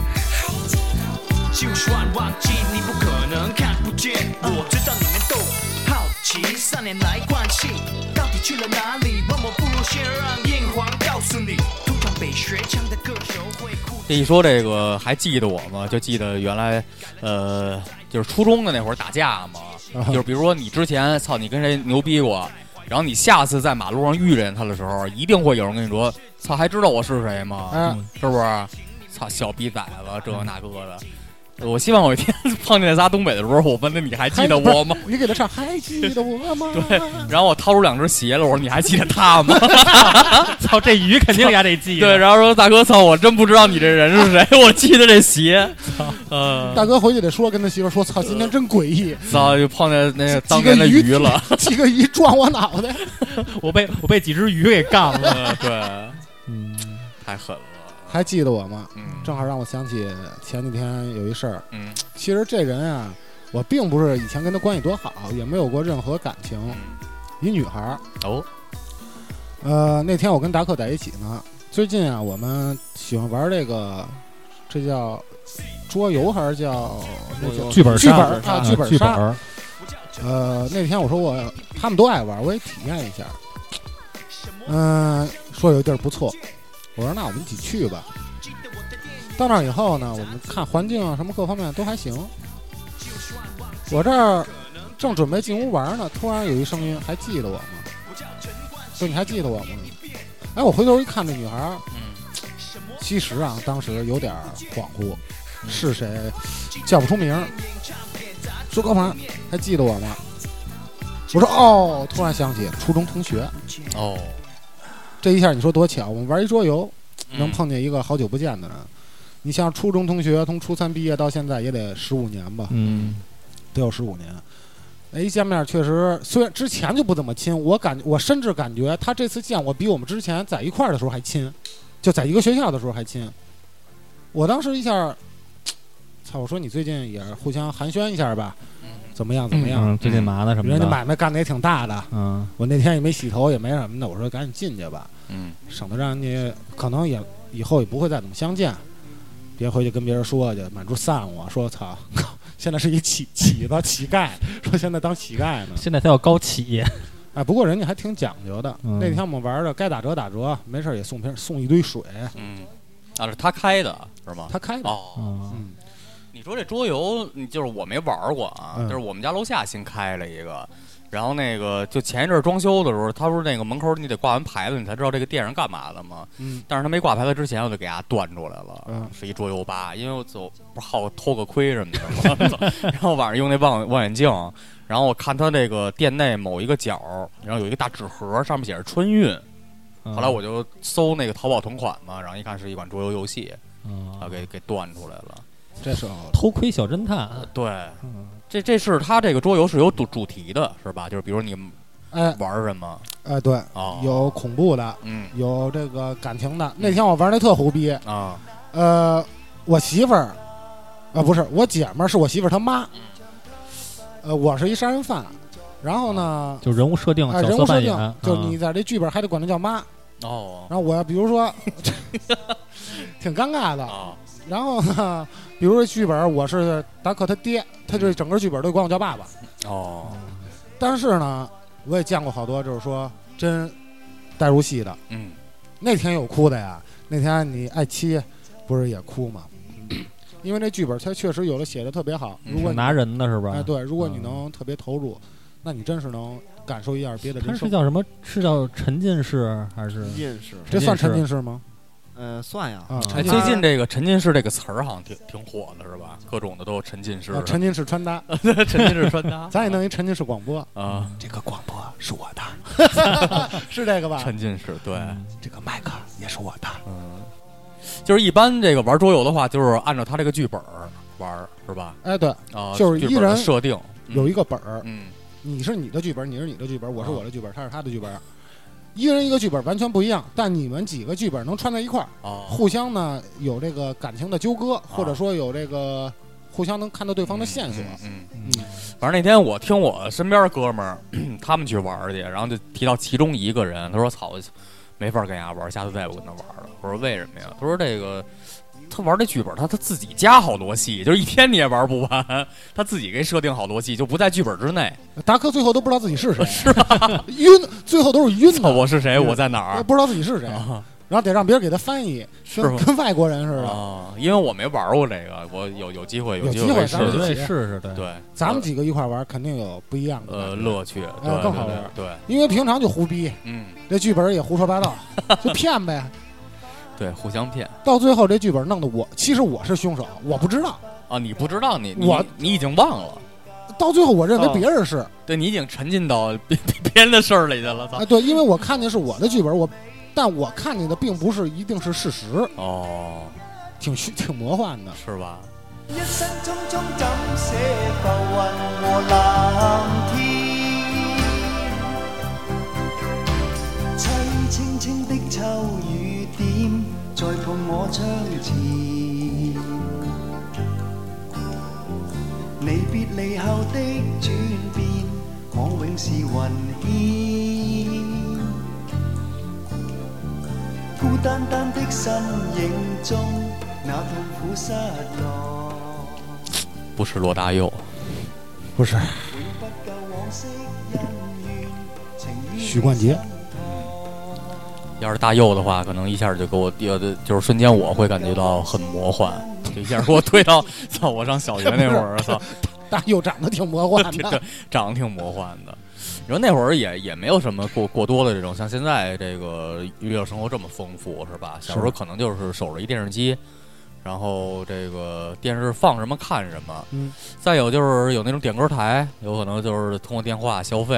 Speaker 3: 就算忘记你不可能看不见，我知道你们都好奇，三年来关系到底去了哪里？问我不如先让英皇告诉你，通常被学唱的歌手会哭。这一说这个还记得我吗？就记得原来呃就是初中的那会儿打架嘛，啊、就是比如说你之前操你跟谁牛逼过，然后你下次在马路上遇见他的时候，一定会有人跟你说操还知道我是谁吗？
Speaker 1: 嗯，
Speaker 3: 是不是？操小逼崽子这个那个的。我希望有一天碰见那仨东北的时候，我问他你还记得我吗？
Speaker 1: 你给他唱还记得我吗？
Speaker 3: 对，然后我掏出两只鞋了，我说你还记得他吗？
Speaker 2: 操，这鱼肯定也得记得。
Speaker 3: 对，然后说大哥，操，我真不知道你这人是谁，我记得这鞋。呃，
Speaker 1: 大哥回去得说跟他媳妇说，操，今天真诡异。
Speaker 3: 操，就碰见那个当年的鱼了，
Speaker 1: 几个鱼撞我脑袋，
Speaker 2: 我被我被几只鱼给干了。
Speaker 3: 对，
Speaker 2: 嗯，
Speaker 3: 太狠了。
Speaker 1: 还记得我吗？
Speaker 3: 嗯，
Speaker 1: 正好让我想起前几天有一事儿。
Speaker 3: 嗯，
Speaker 1: 其实这人啊，我并不是以前跟他关系多好，也没有过任何感情。一女孩儿
Speaker 3: 哦，
Speaker 1: 呃，那天我跟达克在一起呢。最近啊，我们喜欢玩这个，这叫桌游还是叫那叫
Speaker 2: 剧本
Speaker 1: 剧本
Speaker 2: 啊？
Speaker 1: 剧本杀。
Speaker 2: 本
Speaker 1: 呃，那天我说我他们都爱玩，我也体验一下。嗯、呃，说有地儿不错。我说那我们一起去吧。到那儿以后呢，我们看环境啊什么各方面都还行。我这儿正准备进屋玩呢，突然有一声音，还记得我吗？说你还记得我吗？哎，我回头一看，这女孩，
Speaker 3: 嗯，
Speaker 1: 其实啊，当时有点恍惚，是谁叫不出名。说高凡，还记得我吗？我说哦，突然想起初中同学。
Speaker 3: 哦。
Speaker 1: 这一下你说多巧，我们玩一桌游，能
Speaker 3: 嗯
Speaker 1: 碰见一个好久不见的人。你像初中同学，从初三毕业到现在也得十五年吧，
Speaker 2: 嗯，
Speaker 1: 得有十五年。哎，一见面确实，虽然之前就不怎么亲，我感我甚至感觉他这次见我比我们之前在一块儿的时候还亲，就在一个学校的时候还亲。我当时一下，操！我说你最近也互相寒暄一下吧，怎么样怎么样？
Speaker 2: 嗯，最近嘛呢什么的？
Speaker 1: 人家买卖干的也挺大的，
Speaker 2: 嗯，
Speaker 1: 我那天也没洗头也没什么的，我说赶紧进去吧，
Speaker 3: 嗯，
Speaker 1: 省得让你可能也以后也不会再怎么相见，别回去跟别人说去，满处散我说操，现在是一乞乞子乞丐，说现在当乞丐呢。
Speaker 2: 现在才叫高起，
Speaker 1: 哎，不过人家还挺讲究的。
Speaker 2: 嗯
Speaker 1: 那天我们玩的该打折打折，没事也送瓶送一堆水，
Speaker 3: 嗯，啊，是他开的是吗？
Speaker 1: 他开的。
Speaker 3: 哦，
Speaker 2: 嗯，
Speaker 1: 嗯，
Speaker 3: 你说这桌游，你就是我没玩过啊，
Speaker 1: 嗯
Speaker 3: 就是我们家楼下新开了一个，然后那个就前一阵装修的时候，他说那个门口你得挂完牌子，你才知道这个店是干嘛的嘛。
Speaker 1: 嗯，
Speaker 3: 但是他没挂牌子之前，我就给他端出来了，
Speaker 1: 嗯
Speaker 3: 是一桌游吧，因为我走不是好偷个窥什么的嘛，然后晚上用那望望远镜，然后我看他这个店内某一个角，然后有一个大纸盒，上面写着春运。
Speaker 2: 嗯
Speaker 3: 后来我就搜那个淘宝同款嘛，然后一看是一款桌游游戏，
Speaker 2: 嗯
Speaker 3: 啊，给给端出来了。
Speaker 1: 这是
Speaker 2: 偷窥小侦探，
Speaker 3: 对，
Speaker 2: 嗯
Speaker 3: 这这是它这个桌游是有主主题的，是吧？就是比如你
Speaker 1: 哎
Speaker 3: 玩什么
Speaker 1: 哎对，
Speaker 3: 啊？
Speaker 1: 有恐怖的，
Speaker 3: 嗯
Speaker 1: 有这个感情的。那天我玩那特胡逼，
Speaker 3: 啊
Speaker 1: 呃，我媳妇儿，啊不是我姐们儿，是我媳妇儿她妈。呃，我是一杀人犯，然后呢，
Speaker 2: 就人物设定、
Speaker 1: 哎，
Speaker 2: 角
Speaker 1: 人物设定
Speaker 2: 色扮演，
Speaker 1: 就是
Speaker 2: 嗯
Speaker 1: 你在这剧本还得管她叫妈。
Speaker 3: 哦
Speaker 1: 然后我要比如说，挺尴尬的。
Speaker 3: 啊
Speaker 1: 然后呢，比如说剧本我是达克他爹，他这整个剧本都管我叫爸爸。
Speaker 3: 哦
Speaker 1: 但是呢，我也见过好多就是说真带入戏的。
Speaker 3: 嗯
Speaker 1: 那天有哭的呀，那天你爱妻不是也哭吗？因为这剧本它确实有的写的特别好，如果你
Speaker 2: 挺拿人的是吧？
Speaker 1: 哎对，如果你
Speaker 2: 嗯
Speaker 1: 能特别投入，那你真是能感受一下别的
Speaker 2: 他
Speaker 1: 人生。
Speaker 2: 是叫什么？是叫沉浸式还是？
Speaker 5: 沉浸式，
Speaker 1: 这算沉
Speaker 2: 沉浸
Speaker 1: 浸式吗？
Speaker 5: 呃，算呀。
Speaker 1: 啊，
Speaker 2: 哎
Speaker 3: 哎，
Speaker 1: 沉浸
Speaker 3: 最近这个沉浸式这个词儿好像挺挺火的，是吧？各种的都有沉浸式的，
Speaker 1: 啊沉浸式穿搭，
Speaker 3: 沉浸式穿搭，
Speaker 1: 咱也弄一沉浸式广播。
Speaker 3: 啊，
Speaker 1: 这个广播是我的，是这个吧？
Speaker 3: 沉浸式对，
Speaker 2: 嗯
Speaker 1: 这个麦克也是我的。
Speaker 3: 嗯，就是一般这个玩桌游的话，就是按照他这个剧本儿玩儿，是吧？
Speaker 1: 哎，对，
Speaker 3: 啊，
Speaker 1: 就是
Speaker 3: 剧本的
Speaker 1: 一人
Speaker 3: 设定
Speaker 1: 有一
Speaker 3: 个
Speaker 1: 个本儿，
Speaker 3: 嗯
Speaker 1: 你是你的剧本，你是你的剧本，我是
Speaker 3: 啊
Speaker 1: 我的剧本，他是他的剧本，一人一个剧本完全不一样，但你们几个剧本能串在一块儿，
Speaker 3: 哦，
Speaker 1: 互相呢有这个感情的纠葛，或者说有这个互相能看到对方的线索。
Speaker 3: 嗯。嗯
Speaker 1: 嗯，
Speaker 3: 反正那天我听我身边哥们儿他们去玩儿去，然后就提到其中一个人，他说：“操，没法跟人家玩儿，下次再也不跟他玩儿了。”我说：“为什么呀？”他说：“这个他玩这剧本，他他自己加好多戏，就是一天你也玩不完，他自己给设定好多戏，就不在剧本之内。
Speaker 1: 达克最后都不知道自己是谁，是吧？晕，最后都是晕
Speaker 3: 操，
Speaker 1: 的，
Speaker 3: 我是谁？我在哪儿？
Speaker 1: 不知道自己是谁，
Speaker 3: 啊
Speaker 1: 然后得让别人给他翻译，
Speaker 3: 是吗
Speaker 1: 跟跟外国人似的。
Speaker 3: 啊！因为我没玩过这个，我有有机会
Speaker 1: 有
Speaker 3: 机
Speaker 1: 机会咱们
Speaker 3: 可以试试。
Speaker 2: 对
Speaker 1: 一起
Speaker 2: 试试对。
Speaker 3: 对，
Speaker 1: 咱们几个一块玩，肯定有不一样的
Speaker 3: 呃
Speaker 1: 感觉
Speaker 3: 乐趣，对
Speaker 1: 更好
Speaker 3: 对
Speaker 1: 玩
Speaker 3: 对，
Speaker 1: 因为平常就胡逼，
Speaker 3: 嗯，
Speaker 1: 这剧本也胡说八道，就骗呗。
Speaker 3: 对，互相骗
Speaker 1: 到最后这剧本弄得我，其实我是凶手，我不知道。
Speaker 3: 啊！你不知道你你
Speaker 1: 我
Speaker 3: 你已经忘了。
Speaker 1: 到最后我认为
Speaker 3: 哦
Speaker 1: 别人是，
Speaker 3: 对你已经沉浸到别别人的事儿里去了，操
Speaker 1: 哎！对，因为我看见是我的剧本，我，但我看见的并不是一定是事实，
Speaker 3: 哦，
Speaker 1: 挺虚挺魔幻的。
Speaker 3: 是吧？
Speaker 6: 一生匆匆怎捨浮雲和藍天？凄清清的秋雨點，在碰我窗前。你別離後的轉變，我永是雲煙。孤單單的身影中，那痛苦失落。
Speaker 3: 不是罗大佑，
Speaker 1: 不是许冠杰，
Speaker 3: 要是大佑的话，可能一下就给我丢的，就是瞬间我会感觉到很魔幻，就一下给我推到操我上小学那会儿，操，
Speaker 1: 大佑长得挺魔幻
Speaker 3: 对
Speaker 1: 的。
Speaker 3: 长得挺魔幻的。你说那会儿也也没有什么过过多的这种像现在这个娱乐生活这么丰富，是吧？小时候可能就是守着一电视机，然后这个电视放什么看什么。
Speaker 1: 嗯，
Speaker 3: 再有就是有那种点歌台，有可能就是通过电话消费，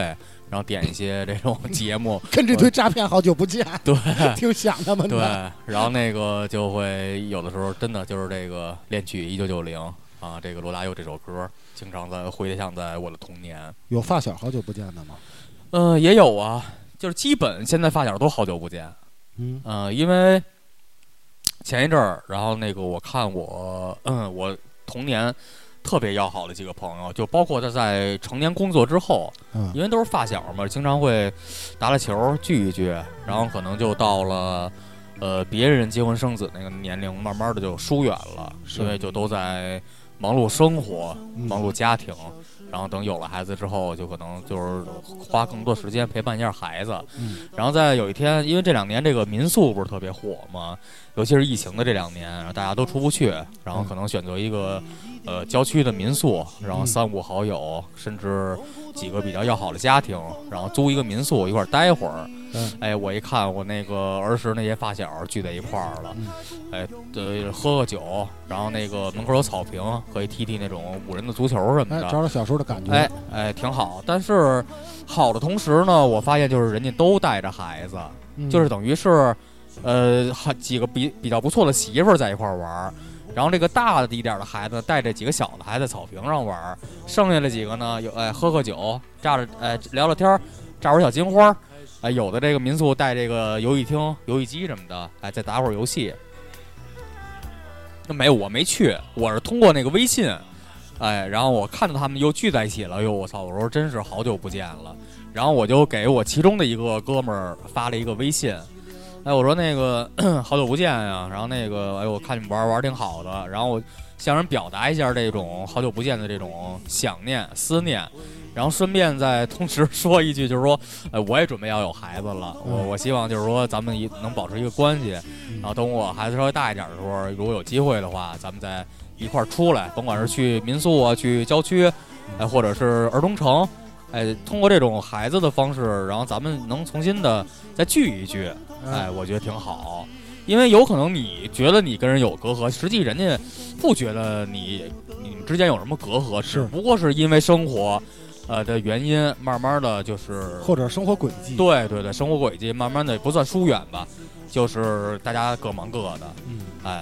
Speaker 3: 然后点一些这种节目，
Speaker 1: 跟这堆诈骗好久不见，
Speaker 3: 对，
Speaker 1: 挺想他们的。
Speaker 3: 对，然后那个就会有的时候真的就是这个恋曲一九九零啊，这个罗大佑这首歌经常在回响在我的童年。
Speaker 1: 有发小好久不见的吗？
Speaker 3: 呃，也有啊，就是基本现在发小都好久不见。
Speaker 1: 嗯，
Speaker 3: 呃，因为前一阵儿，然后那个我看我，嗯，我童年特别要好的几个朋友，就包括他在成年工作之后，
Speaker 1: 嗯，
Speaker 3: 因为都是发小嘛，经常会打打球聚一聚，然后可能就到了呃别人结婚生子那个年龄，慢慢的就疏远了，因为就都在忙碌生活、忙碌家庭。然后等有了孩子之后，就可能就是花更多时间陪伴一下孩子。
Speaker 1: 嗯，
Speaker 3: 然后在有一天，因为这两年这个民宿不是特别火嘛，尤其是疫情的这两年，然后大家都出不去，然后可能选择一个呃郊区的民宿，然后三五好友，甚至几个比较要好的家庭，然后租一个民宿一块儿待会儿。
Speaker 1: 嗯，
Speaker 3: 哎，我一看我那个儿时那些发小聚在一块儿了，
Speaker 1: 嗯，
Speaker 3: 哎，呃，喝喝酒，然后那个门口有草坪，可以踢踢那种五人的足球什么的，
Speaker 1: 哎，找找小时候的感觉，
Speaker 3: 哎哎，挺好。但是好的同时呢，我发现就是人家都带着孩子，
Speaker 1: 嗯、
Speaker 3: 就是等于是，呃，几个比比较不错的媳妇儿在一块儿玩。然后这个大的一点的孩子带着几个小的还在草坪上玩，剩下的几个呢，有哎喝喝酒，炸着哎聊聊天，炸会儿小金花，哎有的这个民宿带这个游戏厅、游戏机什么的，哎再打会儿游戏。那没有，我没去，我是通过那个微信，哎，然后我看到他们又聚在一起了，哟我操，我说真是好久不见了。然后我就给我其中的一个哥们儿发了一个微信。哎，我说那个好久不见呀，然后那个哎，我看你们玩玩挺好的，然后我向人表达一下这种好久不见的这种想念、思念，然后顺便再同时说一句，就是说，哎，我也准备要有孩子了，我我希望就是说咱们能保持一个关系，然后等我孩子稍微大一点的时候，如果有机会的话，咱们再一块儿出来，甭管是去民宿啊，去郊区，哎，或者是儿童城。哎，通过这种孩子的方式，然后咱们能重新的再聚一聚，哎，我觉得挺好。因为有可能你觉得你跟人有隔阂，实际人家不觉得你你们之间有什么隔阂，只不过是因为生活呃的原因，慢慢的就是
Speaker 1: 或者生活轨迹，
Speaker 3: 对对对，生活轨迹慢慢的不算疏远吧，就是大家各忙各的，
Speaker 1: 嗯，
Speaker 3: 哎。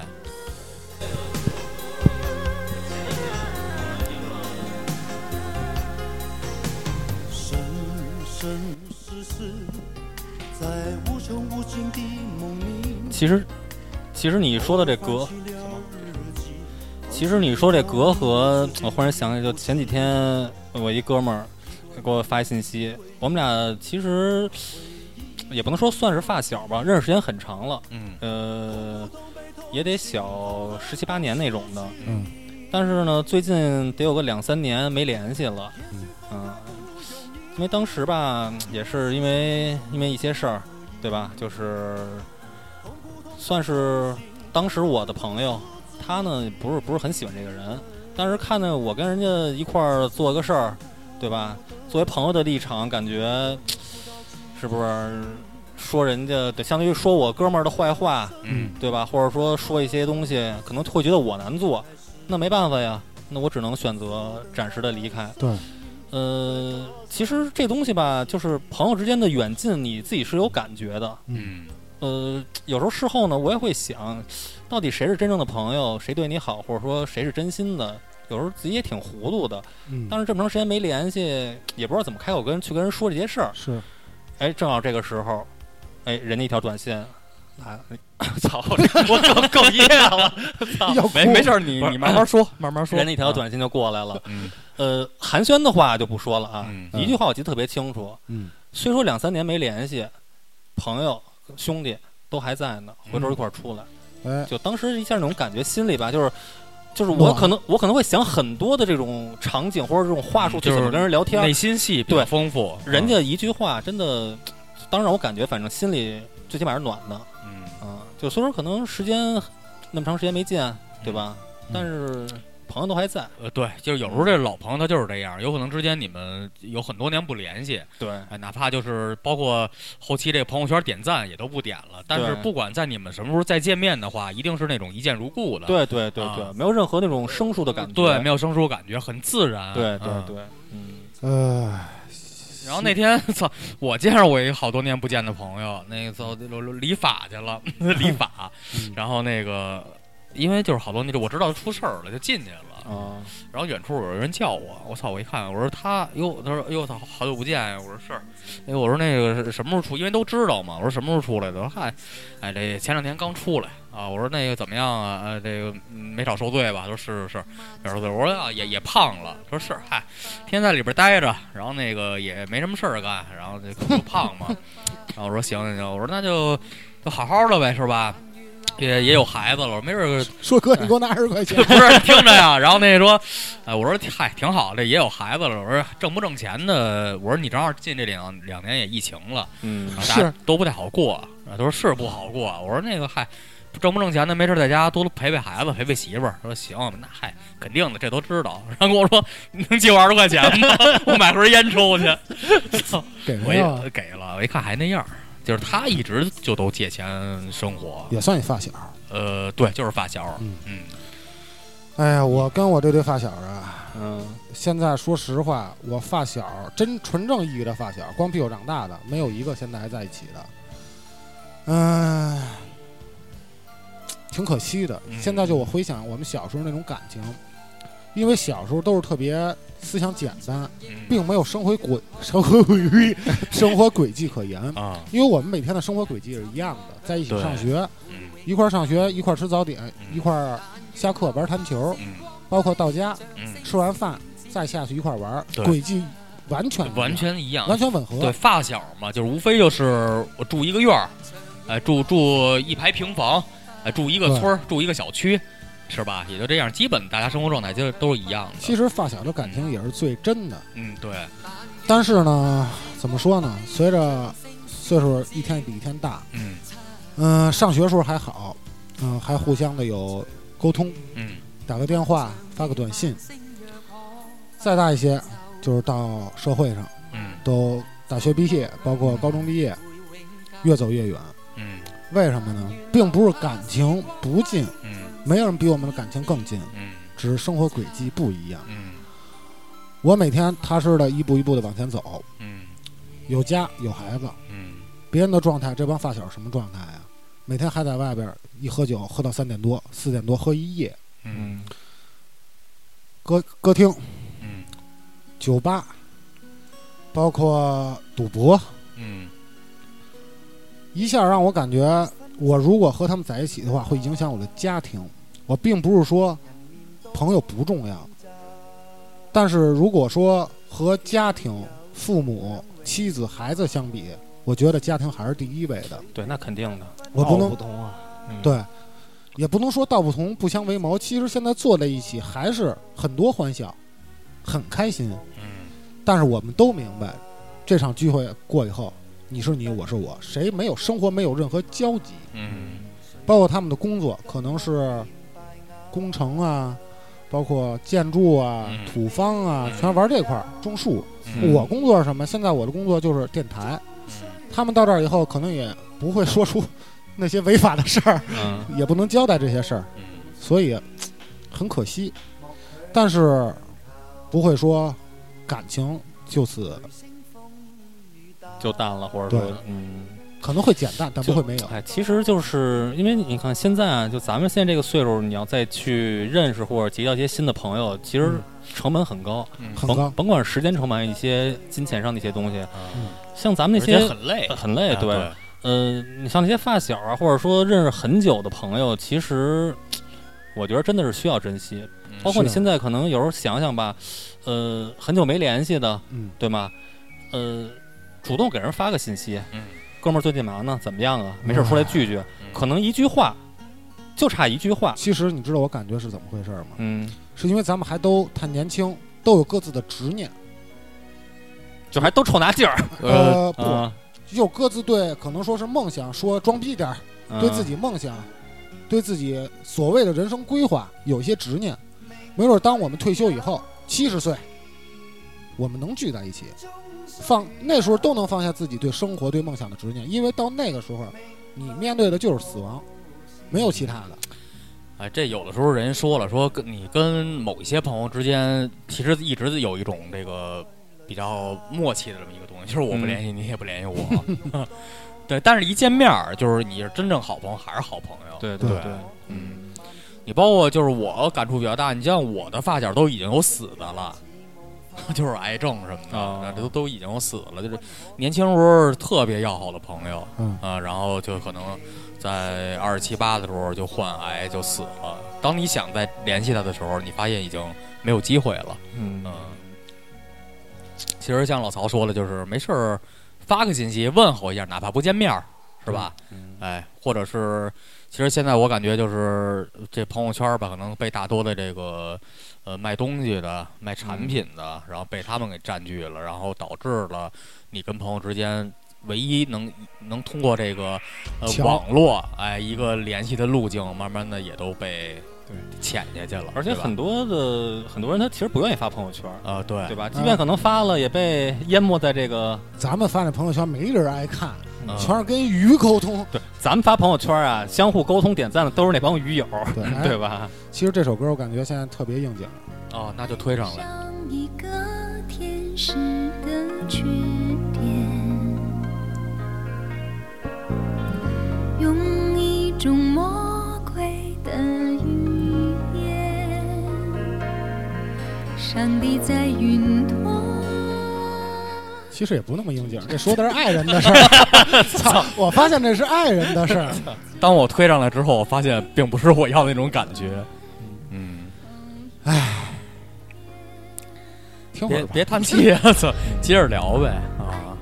Speaker 2: 其实，其实你说的这隔，其实你说这隔阂，我忽然想起，就前几天我一哥们儿给我发信息，我们俩其实也不能说算是发小吧，认识时间很长了，
Speaker 3: 嗯，
Speaker 2: 呃，也得小十七八年那种的，
Speaker 1: 嗯，
Speaker 2: 但是呢，最近得有个两三年没联系了，
Speaker 1: 嗯，
Speaker 2: 嗯，因为当时吧，也是因为因为一些事儿，对吧？就是算是当时我的朋友，他呢不是不是很喜欢这个人，但是看到我跟人家一块儿做个事儿，对吧？作为朋友的立场，感觉是不是说人家得相当于说我哥们儿的坏话，
Speaker 3: 嗯，
Speaker 2: 对吧？或者说说一些东西，可能会觉得我难做，那没办法呀，那我只能选择暂时的离开。
Speaker 1: 对。
Speaker 2: 呃，其实这东西吧，就是朋友之间的远近，你自己是有感觉的。
Speaker 3: 嗯。
Speaker 2: 呃，有时候事后呢，我也会想，到底谁是真正的朋友，谁对你好，或者说谁是真心的。有时候自己也挺糊涂的。
Speaker 1: 嗯。
Speaker 2: 但是这么长时间没联系，也不知道怎么开口跟人去跟人说这些事儿。
Speaker 1: 是。
Speaker 2: 哎，正好这个时候，哎，人家一条短信来了，操！我哽哽咽了，操！
Speaker 3: 没没事，你你慢慢说，慢慢说。
Speaker 2: 人家一条短信就过来了。
Speaker 3: 嗯。
Speaker 2: 呃，寒暄的话就不说了啊。
Speaker 3: 嗯。
Speaker 2: 一句话我记得特别清楚。
Speaker 1: 嗯。
Speaker 2: 虽说两三年没联系，朋友兄弟都还在呢，回头一块儿出来。
Speaker 1: 哎。
Speaker 2: 就当时一下那种感觉，心里吧，就是就是我可能我可能会想很多的这种场景或者这种话术去怎么跟人聊天，
Speaker 3: 内心戏比较丰富。
Speaker 2: 人家一句话真的，当让我感觉反正心里最起码是暖的。
Speaker 3: 嗯
Speaker 2: 啊，就虽说可能时间那么长时间没见，对吧？但是朋友都还在。
Speaker 3: 呃，对，就是有时候这老朋友他就是这样，有可能之间你们有很多年不联系，
Speaker 2: 对，
Speaker 3: 哎，哪怕就是包括后期这个朋友圈点赞也都不点了，但是不管在你们什么时候再见面的话，一定是那种一见如故的。
Speaker 2: 对对对对，啊、没有任何那种生疏的感觉。
Speaker 3: 对，没有生疏感觉，很自然。
Speaker 2: 对对对，
Speaker 1: 嗯。呃，
Speaker 3: 然后那天操，我见着我一个好多年不见的朋友，那个走理发去了，理发，然后那个因为就是好多那就我知道出事儿了，就进去了。
Speaker 2: 啊，
Speaker 3: 然后远处有人叫我，我操！我一看，我说他哟，他说哟，操，好久不见呀！我说是，哎，我说那个什么时候出？因为都知道嘛。我说什么时候出来的？嗨，哎，这前两天刚出来啊。我说那个怎么样啊？呃，这个没少受罪吧？他说是是是，没少受罪。我说啊，也也胖了。说是，嗨，天天在里边待着，然后那个也没什么事儿干，然后这就胖嘛。然后我说行行行，我说那就就好好的呗，是吧？也也有孩子了，没事
Speaker 1: 说哥，你给我拿二十块钱，
Speaker 3: 不是听着呀。然后那个说，哎，我说嗨，挺好，这也有孩子了。我说挣不挣钱的，我说你正好进这两两年也疫情了，
Speaker 2: 嗯，
Speaker 3: 大家都不太好过。他说是不好过。我说那个嗨，挣不挣钱的，没事在家多陪陪孩子，陪陪媳妇儿。他说行，那嗨，肯定的，这都知道。然后跟我说，你能借我二十块钱吗？我买盒烟抽去。
Speaker 1: 给
Speaker 3: 我也给了，我一看还那样。就是他一直就都借钱生活，
Speaker 1: 也算你发小。
Speaker 3: 呃，对，就是发小。嗯嗯。
Speaker 1: 哎呀，我跟我这对发小啊，
Speaker 2: 嗯，
Speaker 1: 现在说实话，我发小真纯正意义的发小，光屁股长大的，没有一个现在还在一起的。嗯、呃，挺可惜的。
Speaker 3: 嗯、
Speaker 1: 现在就我回想我们小时候那种感情，因为小时候都是特别思想简单，并没有生活轨生活轨生活轨迹可言啊。因为我们每天的生活轨迹是一样的，在一起上学，一块儿上学，一块儿吃早点，一块儿下课玩弹球，包括到家吃完饭再下去一块儿玩，轨迹完全
Speaker 3: 完全一样，
Speaker 1: 完全吻合。
Speaker 3: 对，发小嘛，就是无非就是我住一个院儿，哎，住住一排平房，哎，住一个村儿，住一个小区。是吧？也就这样，基本大家生活状态就都是一样的。
Speaker 1: 其实发小的感情也是最真的。
Speaker 3: 嗯，对。
Speaker 1: 但是呢，怎么说呢？随着岁数一天比一天大，
Speaker 3: 嗯
Speaker 1: 嗯、呃，上学时候还好，嗯、呃，还互相的有沟通，
Speaker 3: 嗯，
Speaker 1: 打个电话，发个短信。再大一些，就是到社会上，
Speaker 3: 嗯，
Speaker 1: 都大学毕业，包括高中毕业，越走越远。
Speaker 3: 嗯，
Speaker 1: 为什么呢？并不是感情不近，
Speaker 3: 嗯。
Speaker 1: 没有人比我们的感情更近，
Speaker 3: 嗯，
Speaker 1: 只是生活轨迹不一样。
Speaker 3: 嗯，
Speaker 1: 我每天踏实的一步一步的往前走，
Speaker 3: 嗯，
Speaker 1: 有家有孩子，
Speaker 3: 嗯，
Speaker 1: 别人的状态，这帮发小什么状态啊？每天还在外边一喝酒，喝到三点多、四点多，喝一夜。
Speaker 3: 嗯，
Speaker 1: 歌歌厅，
Speaker 3: 嗯，
Speaker 1: 酒吧，包括赌博，
Speaker 3: 嗯，
Speaker 1: 一下让我感觉。我如果和他们在一起的话，会影响我的家庭。我并不是说朋友不重要，但是如果说和家庭、父母、妻子、孩子相比，我觉得家庭还是第一位的。
Speaker 2: 对，那肯定的。
Speaker 1: 我不能
Speaker 5: 不同啊，
Speaker 2: 嗯、
Speaker 1: 对，也不能说道不同不相为谋。其实现在坐在一起还是很多欢笑，很开心。
Speaker 3: 嗯，
Speaker 1: 但是我们都明白，这场聚会过以后。你是你，我是我，谁没有生活没有任何交集？
Speaker 3: 嗯，
Speaker 1: 包括他们的工作可能是工程啊，包括建筑啊、
Speaker 3: 嗯、
Speaker 1: 土方啊，全玩这块儿，种树。
Speaker 3: 嗯、
Speaker 1: 我工作是什么？现在我的工作就是电台。
Speaker 3: 嗯、
Speaker 1: 他们到这儿以后，可能也不会说出那些违法的事儿，
Speaker 2: 嗯、
Speaker 1: 也不能交代这些事儿，
Speaker 3: 嗯、
Speaker 1: 所以很可惜。但是不会说感情就此。
Speaker 2: 就淡了，或者说，嗯，
Speaker 1: 可能会减淡，但不会没有。
Speaker 2: 哎，其实就是因为你看现在啊，就咱们现在这个岁数，你要再去认识或者结交一些新的朋友，其实成本很高，
Speaker 3: 嗯、
Speaker 1: 很高。
Speaker 2: 甭管是时间成本，一些金钱上的一些东西，
Speaker 3: 嗯、
Speaker 2: 像咱们那些
Speaker 3: 很累，
Speaker 2: 呃、很累，对。
Speaker 3: 啊、
Speaker 2: 对呃，你像那些发小啊，或者说认识很久的朋友，其实我觉得真的是需要珍惜。
Speaker 3: 嗯、
Speaker 2: 包括你现在可能有时候想想吧，呃，很久没联系的，
Speaker 1: 嗯，
Speaker 2: 对吗？呃。主动给人发个信息，
Speaker 3: 嗯，
Speaker 2: 哥们儿最近忙呢，怎么样啊？没事出来聚聚，
Speaker 3: 嗯、
Speaker 2: 可能一句话，就差一句话。
Speaker 1: 其实你知道我感觉是怎么回事吗？
Speaker 2: 嗯，
Speaker 1: 是因为咱们还都太年轻，都有各自的执念，
Speaker 2: 就还都臭拿劲儿。
Speaker 1: 呃，不，
Speaker 2: 啊、
Speaker 1: 有各自对可能说是梦想，说装逼点儿，
Speaker 2: 嗯、
Speaker 1: 对自己梦想，对自己所谓的人生规划有一些执念。没准当我们退休以后，七十岁，我们能聚在一起。放那时候都能放下自己对生活对梦想的执念，因为到那个时候你面对的就是死亡，没有其他的。
Speaker 3: 哎，这有的时候人说了，说跟你跟某一些朋友之间其实一直有一种这个比较默契的这么一个东西，就是我不联系、嗯、你也不联系我。对，但是一见面就是你是真正好朋友还是好朋友。
Speaker 2: 对对
Speaker 3: 对, 对，嗯，你包括就是我感触比较大，你像我的发小都已经有死的了。就是癌症什么的，哦、都都已经有死了。就是年轻时候特别要好的朋友，嗯啊，然后就可能在二十七八的时候就患癌就死了。当你想再联系他的时候，你发现已经没有机会了。嗯嗯。其实像老曹说的，就是没事儿发个信息问候一下，哪怕不见面，是吧？嗯、哎，或者是，其实现在我感觉就是这朋友圈吧，可能被大多的这个。呃，卖东西的、卖产品的，然后被他们给占据了，然后导致了你跟朋友之间唯一能能通过这个呃网络哎一个联系的路径，慢慢的也都被潜下去了。
Speaker 2: 而且很多的很多人他其实不愿意发朋友圈
Speaker 3: 啊、呃，对
Speaker 2: 对吧？即便可能发了，也被淹没在这个
Speaker 1: 咱们发的朋友圈，没人爱看。嗯、全是跟鱼沟通，
Speaker 2: 对，咱们发朋友圈啊，相互沟通点赞的都是那帮鱼友，对, 对吧？
Speaker 1: 其实这首歌我感觉现在特别应景，
Speaker 3: 哦，那就推上来。
Speaker 7: 像一个天使的缺点，用一种魔鬼的语言，上帝在云端。
Speaker 1: 其实也不那么应景，这说的是爱人的事儿。操！我发现这是爱人的事儿。
Speaker 3: 当我推上来之后，我发现并不是我要那种感觉。嗯，唉，
Speaker 1: 听会儿吧，
Speaker 3: 别别叹气啊！接着聊呗啊。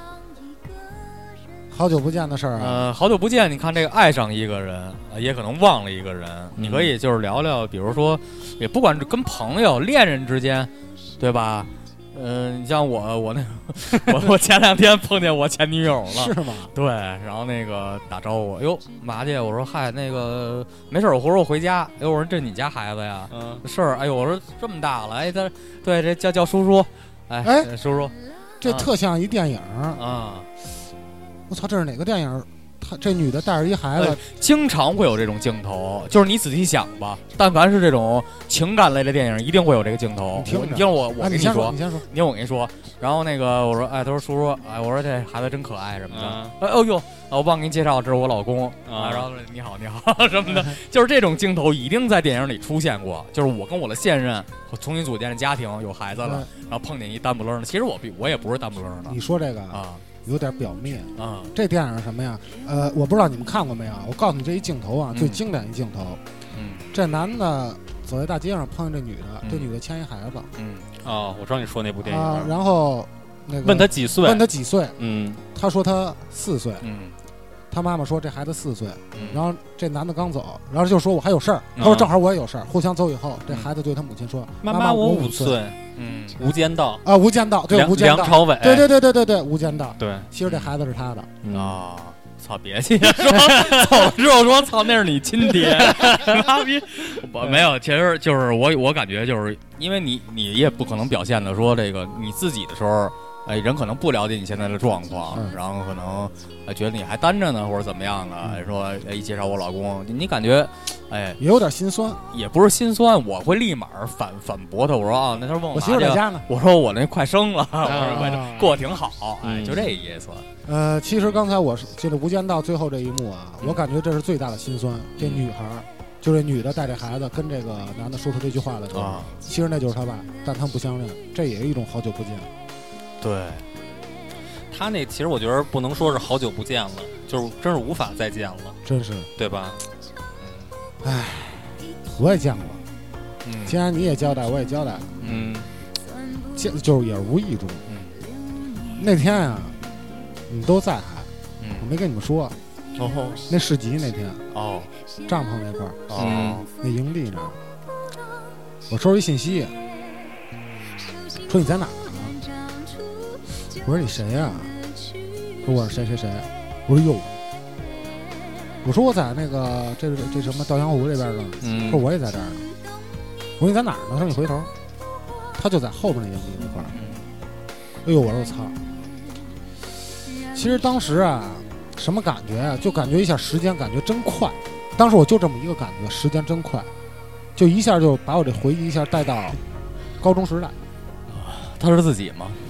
Speaker 1: 好久不见的事儿啊。
Speaker 3: 呃，好久不见，你看这个爱上一个人，也可能忘了一个人。嗯、你可以就是聊聊，比如说，也不管是跟朋友、恋人之间，对吧？嗯、呃，你像我，我那我我前两天碰见我前女友了，
Speaker 1: 是吗？
Speaker 3: 对，然后那个打招呼，哟，嘛去？我说嗨，那个没事，我回头我回家。哎，我说这你家孩子呀？嗯，是。哎呦，我说这么大了，哎，他对这叫叫叔叔，哎哎，叔叔，
Speaker 1: 这特像一电影
Speaker 3: 啊！
Speaker 1: 我操，这是哪个电影？他这女的带着一孩子、
Speaker 3: 呃，经常会有这种镜头，就是你仔细想吧，但凡是这种情感类的电影，一定会有这个镜头。
Speaker 1: 你听
Speaker 3: 你听我，我跟
Speaker 1: 你
Speaker 3: 说，
Speaker 1: 你先说，
Speaker 3: 你听我跟你说。然后那个我说，哎，他说叔叔，哎，我说这孩子真可爱什么的。嗯、哎呦呦，我忘给你介绍，这是我老公、嗯、啊。然后你好你好什么的，就是这种镜头一定在电影里出现过。就是我跟我的现任重新组建的家庭，有孩子了，然后碰见一单不愣的。其实我我也不是单不愣的。
Speaker 1: 你说这个
Speaker 3: 啊。
Speaker 1: 有点表面
Speaker 3: 啊、
Speaker 1: 嗯，这电影是什么呀？呃，我不知道你们看过没有。我告诉你这一镜头啊，嗯、最经典一镜头。
Speaker 3: 嗯，
Speaker 1: 这男的走在大街上碰见这女的，
Speaker 3: 嗯、
Speaker 1: 这女的牵一孩子。
Speaker 3: 嗯，
Speaker 2: 哦，我知道你说那部电影。
Speaker 1: 啊、然后那个
Speaker 2: 问他几岁？
Speaker 1: 问他几岁？
Speaker 2: 嗯，
Speaker 1: 他说他四岁。
Speaker 3: 嗯，
Speaker 1: 他妈妈说这孩子四岁。
Speaker 3: 嗯，
Speaker 1: 然后这男的刚走，然后就说我还有事儿。他说正好我也有事儿。互相走以后，这孩子对他母亲说：“妈
Speaker 2: 妈，
Speaker 1: 我
Speaker 2: 五
Speaker 1: 岁。”
Speaker 3: 嗯，
Speaker 2: 无间道
Speaker 1: 啊，无间道，对，无间道，
Speaker 2: 梁朝伟，
Speaker 1: 对对对对对对，无间道，
Speaker 2: 对，
Speaker 1: 其实这孩子是他的
Speaker 3: 啊、嗯哦，操，别气，说走了之后说操，那是你亲爹，妈逼，我没有，其实就是我我感觉就是因为你你也不可能表现的说这个你自己的时候。哎，人可能不了解你现在的状况，嗯、然后可能哎觉得你还单着呢，或者怎么样的，嗯、说哎一介绍我老公，你感觉哎
Speaker 1: 也有点心酸，
Speaker 3: 也不是心酸，我会立马反反驳他，我说啊，那他问我
Speaker 1: 我媳妇在家呢，
Speaker 3: 我说我那快生了，
Speaker 1: 啊、
Speaker 3: 我说快生过得挺好，哎，就这意思。
Speaker 1: 呃，其实刚才我是就是《无间道》最后这一幕啊，我感觉这是最大的心酸，这女孩。就是女的带着孩子跟这个男的说出这句话的时候，啊、其实那就是他爸，但他们不相认，这也是一种好久不见。
Speaker 3: 对，
Speaker 2: 他那其实我觉得不能说是好久不见了，就是真是无法再见了，
Speaker 1: 真是，
Speaker 2: 对吧？
Speaker 1: 唉，我也见过，
Speaker 3: 嗯，
Speaker 1: 既然你也交代，我也交代，
Speaker 3: 嗯，
Speaker 1: 见就是也是无意中，
Speaker 3: 嗯，
Speaker 1: 那天啊，你都在还，
Speaker 3: 嗯，
Speaker 1: 我没跟你们说，
Speaker 3: 哦，
Speaker 1: 那市集那天，
Speaker 3: 哦，
Speaker 1: 帐篷那块儿，
Speaker 3: 哦，
Speaker 1: 那营地那儿，我收一信息，说你在哪儿？我说你谁呀、啊？说我是谁谁谁。我说哟，我说我在那个这这什么稻香湖这边呢。
Speaker 3: 嗯，
Speaker 1: 说我也在这儿呢。我说你在哪儿呢？他说你回头，他就在后边那营地那块儿。哎呦，我说我操！其实当时啊，什么感觉啊？就感觉一下时间感觉真快。当时我就这么一个感觉，时间真快，就一下就把我这回忆一下带到高中时代。
Speaker 3: 他是自己吗？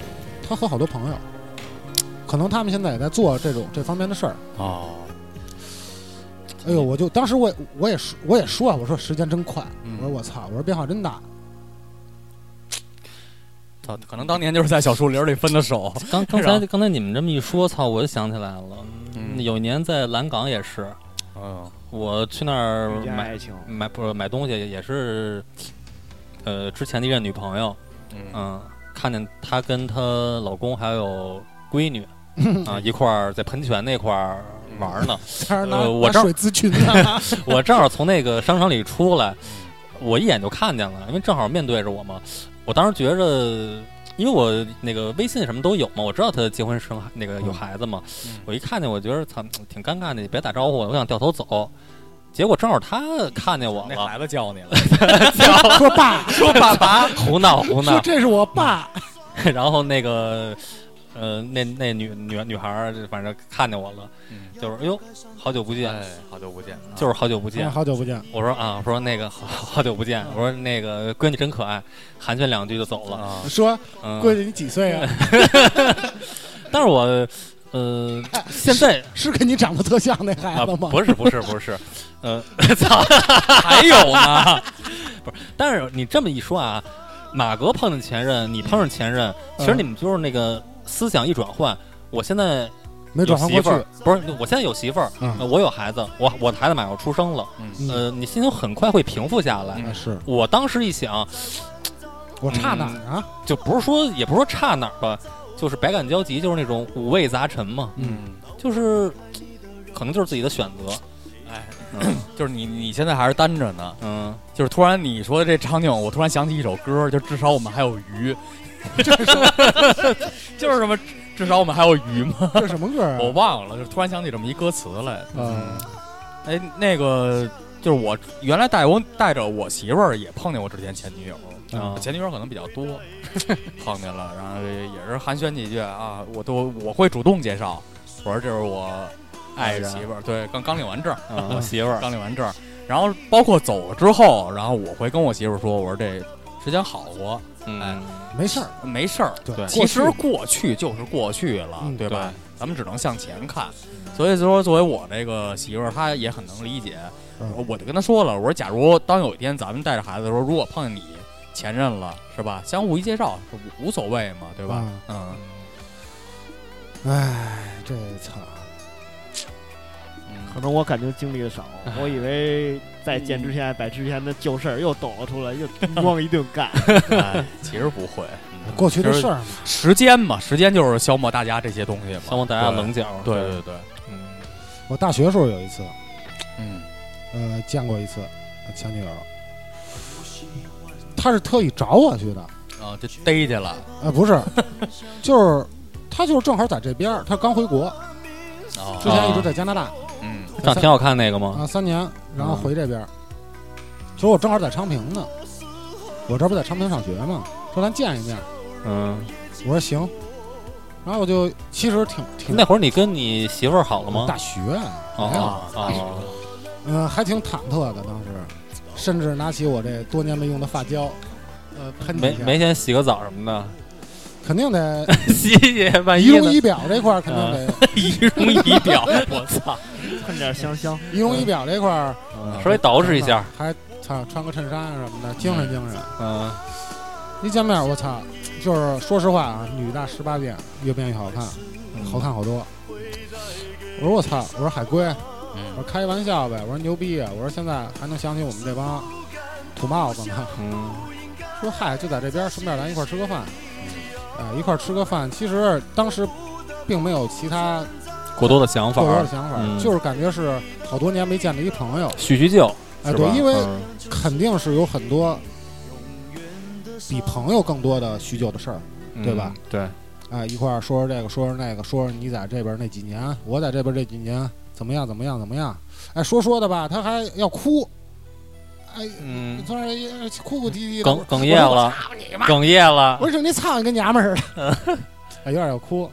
Speaker 1: 他和好多朋友，可能他们现在也在做这种这方面的事儿。
Speaker 3: 哦，
Speaker 1: 哎呦，我就当时我我也说我也说啊，我说时间真快，
Speaker 3: 嗯
Speaker 1: 我说我操，我说变化真大。
Speaker 3: 操，可能当年就是在小树林里分的手。
Speaker 2: 刚刚才刚才你们这么一说，操，我就想起来了，
Speaker 3: 嗯
Speaker 2: 有一年在蓝港也是，
Speaker 3: 嗯
Speaker 2: 我去那儿
Speaker 5: 遇见
Speaker 2: 买
Speaker 5: 爱情，
Speaker 2: 买不是买东西，也是，呃，之前的一任女朋友，
Speaker 3: 嗯
Speaker 2: 嗯，看见她跟她老公还有闺女啊一块儿在喷泉那块儿玩呢。
Speaker 1: 但是拿
Speaker 2: 呃我正
Speaker 1: 拿水咨询呢，
Speaker 2: 我正好从那个商场里出来，我一眼就看见了，因为正好面对着我嘛。我当时觉着，因为我那个微信什么都有嘛，我知道他结婚生那个有孩子嘛。
Speaker 3: 嗯
Speaker 2: 我一看见，我觉得操，挺尴尬的，你别打招呼，我想掉头走。结果正好他看见我了，
Speaker 3: 那孩子叫你了，
Speaker 1: 说爸，
Speaker 2: 说爸爸，胡闹胡闹。
Speaker 1: 说这是我爸，
Speaker 2: 然后那个呃，那那女女女孩儿，反正看见我了，
Speaker 3: 嗯
Speaker 2: 就是哎呦，好久不见，
Speaker 3: 哎，好久不见，
Speaker 2: 就是好久不见。
Speaker 1: 好久不见。
Speaker 2: 我说啊，我说那个好好久不见，我说那个闺女真可爱，寒暄两句就走了。
Speaker 3: 啊，
Speaker 1: 说
Speaker 2: 嗯，
Speaker 1: 闺女你几岁啊？
Speaker 2: 但是我呃现在
Speaker 1: 是跟你长得特像那孩
Speaker 2: 啊
Speaker 1: 子吗？
Speaker 2: 不是不是不是，呃，操，
Speaker 3: 还有呢，
Speaker 2: 不是。但是你这么一说啊，马哥碰见前任，你碰上前任，其实你们就是那个思想一转换。我现在
Speaker 1: 没转换过去
Speaker 2: 有媳妇儿，不是，我现在有媳妇儿，
Speaker 1: 嗯
Speaker 2: 呃我有孩子，我我的孩子马上要出生了，
Speaker 1: 嗯
Speaker 2: 呃，你心情很快会平复下来。
Speaker 1: 啊是
Speaker 2: 我当时一想，
Speaker 1: 我差哪儿啊？
Speaker 2: 就不是说，也不是说差哪儿吧，就是百感交集，就是那种五味杂陈嘛，
Speaker 3: 嗯，
Speaker 2: 就是可能就是自己的选择。
Speaker 3: 哎，就是你你现在还是单着呢，
Speaker 2: 嗯，
Speaker 3: 就是突然你说的这场景，我突然想起一首歌，就至少我们还有鱼，就是什么，至少我们还有鱼吗？
Speaker 1: 这是什么歌啊？
Speaker 3: 我忘了，就突然想起这么一歌词来。
Speaker 1: 嗯
Speaker 3: 哎，那个就是我原来带我带着我媳妇儿也碰见我之前前女友，
Speaker 2: 啊
Speaker 3: 前女友可能比较多，碰见了，然后也是寒暄几句啊，我都我会主动介绍，我说这是我
Speaker 2: 爱人
Speaker 3: 媳妇儿，对，刚刚领完证，
Speaker 2: 啊，我媳妇儿，
Speaker 3: 刚领完证，然后包括走了之后，然后我会跟我媳妇儿说，我说这之前好过，
Speaker 2: 嗯，
Speaker 3: 哎
Speaker 1: 没事儿，
Speaker 3: 没事儿，
Speaker 1: 对，
Speaker 2: 对
Speaker 3: 其实过去就是过去了，
Speaker 1: 嗯
Speaker 3: 对吧？咱们只能向前看。所以说，作为我这个媳妇儿，她也很能理解。
Speaker 1: 嗯
Speaker 3: 我我就跟她说了，我说假如当有一天咱们带着孩子的时候，如果碰见你前任了，是吧？相互一介绍，是无无所谓嘛，对吧？嗯，
Speaker 1: 哎，这操，
Speaker 5: 可能我感情经历的少，我以为在见之前把之前的旧事儿又抖了出来，又咣一顿干。
Speaker 3: 哎，其实不会，嗯
Speaker 1: 过去的事儿嘛。
Speaker 3: 时间嘛，时间就是消磨大家这些东西嘛，
Speaker 2: 消磨大家棱角。
Speaker 3: 对对对，
Speaker 2: 嗯，
Speaker 1: 我大学时候有一次，
Speaker 3: 嗯
Speaker 1: 呃，见过一次前女友，她是特意找我去的，
Speaker 3: 啊，就逮去了，
Speaker 1: 呃，不是，就是她就是正好在这边儿，她刚回国，
Speaker 3: 哦
Speaker 1: 之前一直在加拿大
Speaker 3: 嗯
Speaker 2: 长挺好看那个吗？
Speaker 1: 啊，三年，然后回这边儿，其实我正好在昌平呢，我这不在昌平上学吗？说咱见一面，
Speaker 2: 嗯，
Speaker 1: 我说行，然后我就其实挺挺
Speaker 2: 那会儿你跟你媳妇儿好了吗？
Speaker 1: 大学啊，
Speaker 2: 哦
Speaker 1: 没有
Speaker 2: 哦，
Speaker 1: 嗯，还挺忐忑的，当时，甚至拿起我这多年没用的发胶，呃，喷几下，
Speaker 2: 没没先洗个澡什么的，
Speaker 1: 肯定得
Speaker 2: 洗洗，万
Speaker 1: 仪
Speaker 2: 一呢？
Speaker 1: 容仪表这块儿肯定得，
Speaker 3: 仪容仪表，我操，
Speaker 5: 喷点香香，
Speaker 1: 仪容仪表这块儿
Speaker 2: 嗯稍微捯饬一下，
Speaker 1: 还操穿个衬衫啊什么的，精神精神。
Speaker 2: 嗯，
Speaker 1: 一见面我操，就是说实话啊，女大十八变，越变越好看，好看好多。我说我操，我说海龟，我说开玩笑呗，我说牛逼啊，我说现在还能想起我们这帮土帽子呢。
Speaker 2: 嗯，
Speaker 1: 说嗨，就在这边，顺便咱一块儿吃个饭，哎、一块儿吃个饭。其实当时并没有其他
Speaker 2: 过多的想法
Speaker 1: 过，多的想法，
Speaker 2: 嗯
Speaker 1: 就是感觉是好多年没见的一朋友。
Speaker 2: 叙叙旧，
Speaker 1: 哎，
Speaker 2: 是吧
Speaker 1: 对，因为
Speaker 2: 嗯
Speaker 1: 肯定是有很多比朋友更多的叙旧的事儿，对吧？
Speaker 2: 嗯对，
Speaker 1: 哎，一块儿说说这个，说说那个，说说你在这边那几年，我在这边这几年怎么样，怎么样，怎么样？哎，说说的吧，他还要哭，哎，
Speaker 2: 嗯，
Speaker 1: 突然哭哭啼啼的，
Speaker 2: 哽哽咽了，哽咽了，
Speaker 1: 我说你操你个娘们儿似的，哎，有点要哭。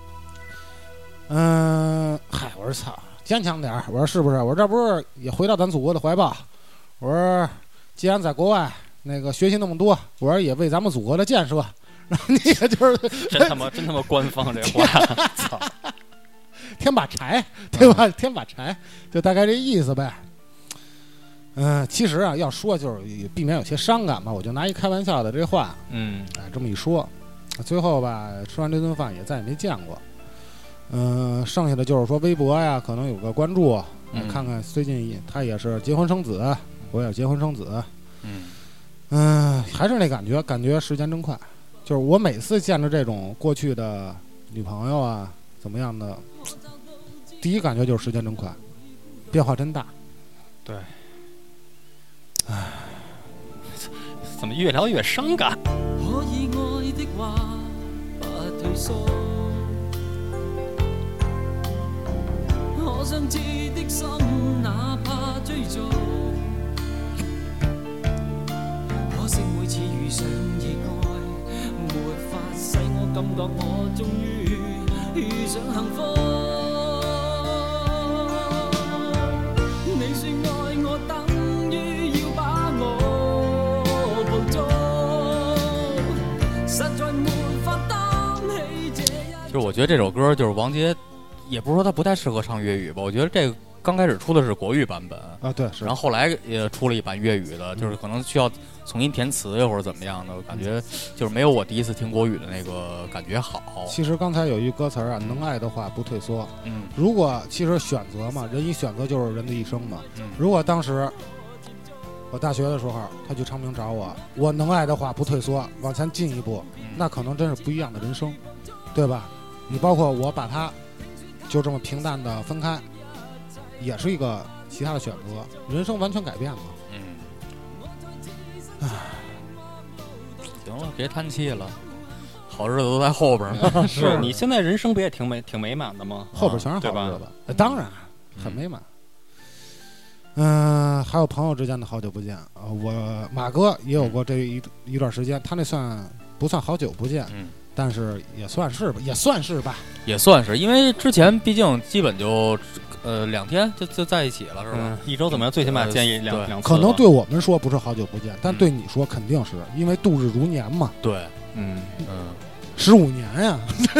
Speaker 1: 嗯，嗨，我说操，坚强点儿，我说是不是？我说这不是也回到咱祖国的怀抱？我说既然在国外那个学习那么多，我说也为咱们祖国的建设然后你也就是
Speaker 2: 真他妈真他妈官方这话，操！
Speaker 1: 添把柴，对吧？添把柴，就大概这意思呗。嗯、呃，其实啊，要说就是避免有些伤感嘛，我就拿一开玩笑的这话，
Speaker 2: 嗯，
Speaker 1: 哎，这么一说，最后吧，吃完这顿饭也再也没见过。嗯、呃，剩下的就是说微博呀，可能有个关注，嗯、看看最近他也是结婚生子，我也结婚生子，
Speaker 3: 嗯
Speaker 1: 嗯、呃，还是那感觉，感觉时间真快。就是我每次见着这种过去的女朋友啊，怎么样的，第一感觉就是时间真快，变化真大。
Speaker 2: 对。唉，怎么越聊越伤感？
Speaker 4: 可以愛的話不退縮，可相知的心哪怕追逐，可惜每次遇上意外，沒法使我感覺我終於遇上幸福。你說愛我等
Speaker 3: 其实我觉得这首歌就是王杰，也不是说他不太适合唱粤语吧，我觉得这个刚开始出的是国语版本
Speaker 1: 啊，对，是，
Speaker 3: 然后后来也出了一版粤语的，就是可能需要重新填词或者怎么样的，我感觉就是没有我第一次听国语的那个感觉好。
Speaker 1: 其实刚才有一歌词啊，能爱的话不退缩。
Speaker 3: 嗯，
Speaker 1: 如果其实选择嘛，人一选择就是人的一生嘛。
Speaker 3: 嗯，
Speaker 1: 如果当时我大学的时候，他去昌平找我，我能爱的话不退缩，往前进一步，
Speaker 3: 嗯、
Speaker 1: 那可能真是不一样的人生，对吧？你包括我把他就这么平淡的分开，也是一个其他的选择，人生完全改变了。
Speaker 3: 嗯，唉，行了，别叹气了，好日子都在后边呢。
Speaker 2: 是你现在人生不也挺美挺美满的吗？
Speaker 1: 后边全是好日子吧？呃、当然很美满。嗯、呃，还有朋友之间的好久不见啊、呃，我马哥也有过这一、嗯、一段时间，他那算不算好久不见？
Speaker 3: 嗯。
Speaker 1: 但是也算是吧，也算是吧，
Speaker 3: 也算是，因为之前毕竟基本就，呃，两天就就在一起了，是吧？
Speaker 2: 嗯、一周怎么样？最起码见一两、呃、两次。
Speaker 1: 可能对我们说不是好久不见，但对你说肯定是、嗯、因为度日如年嘛。
Speaker 3: 对，
Speaker 2: 嗯
Speaker 3: 嗯，
Speaker 1: 十五年呀，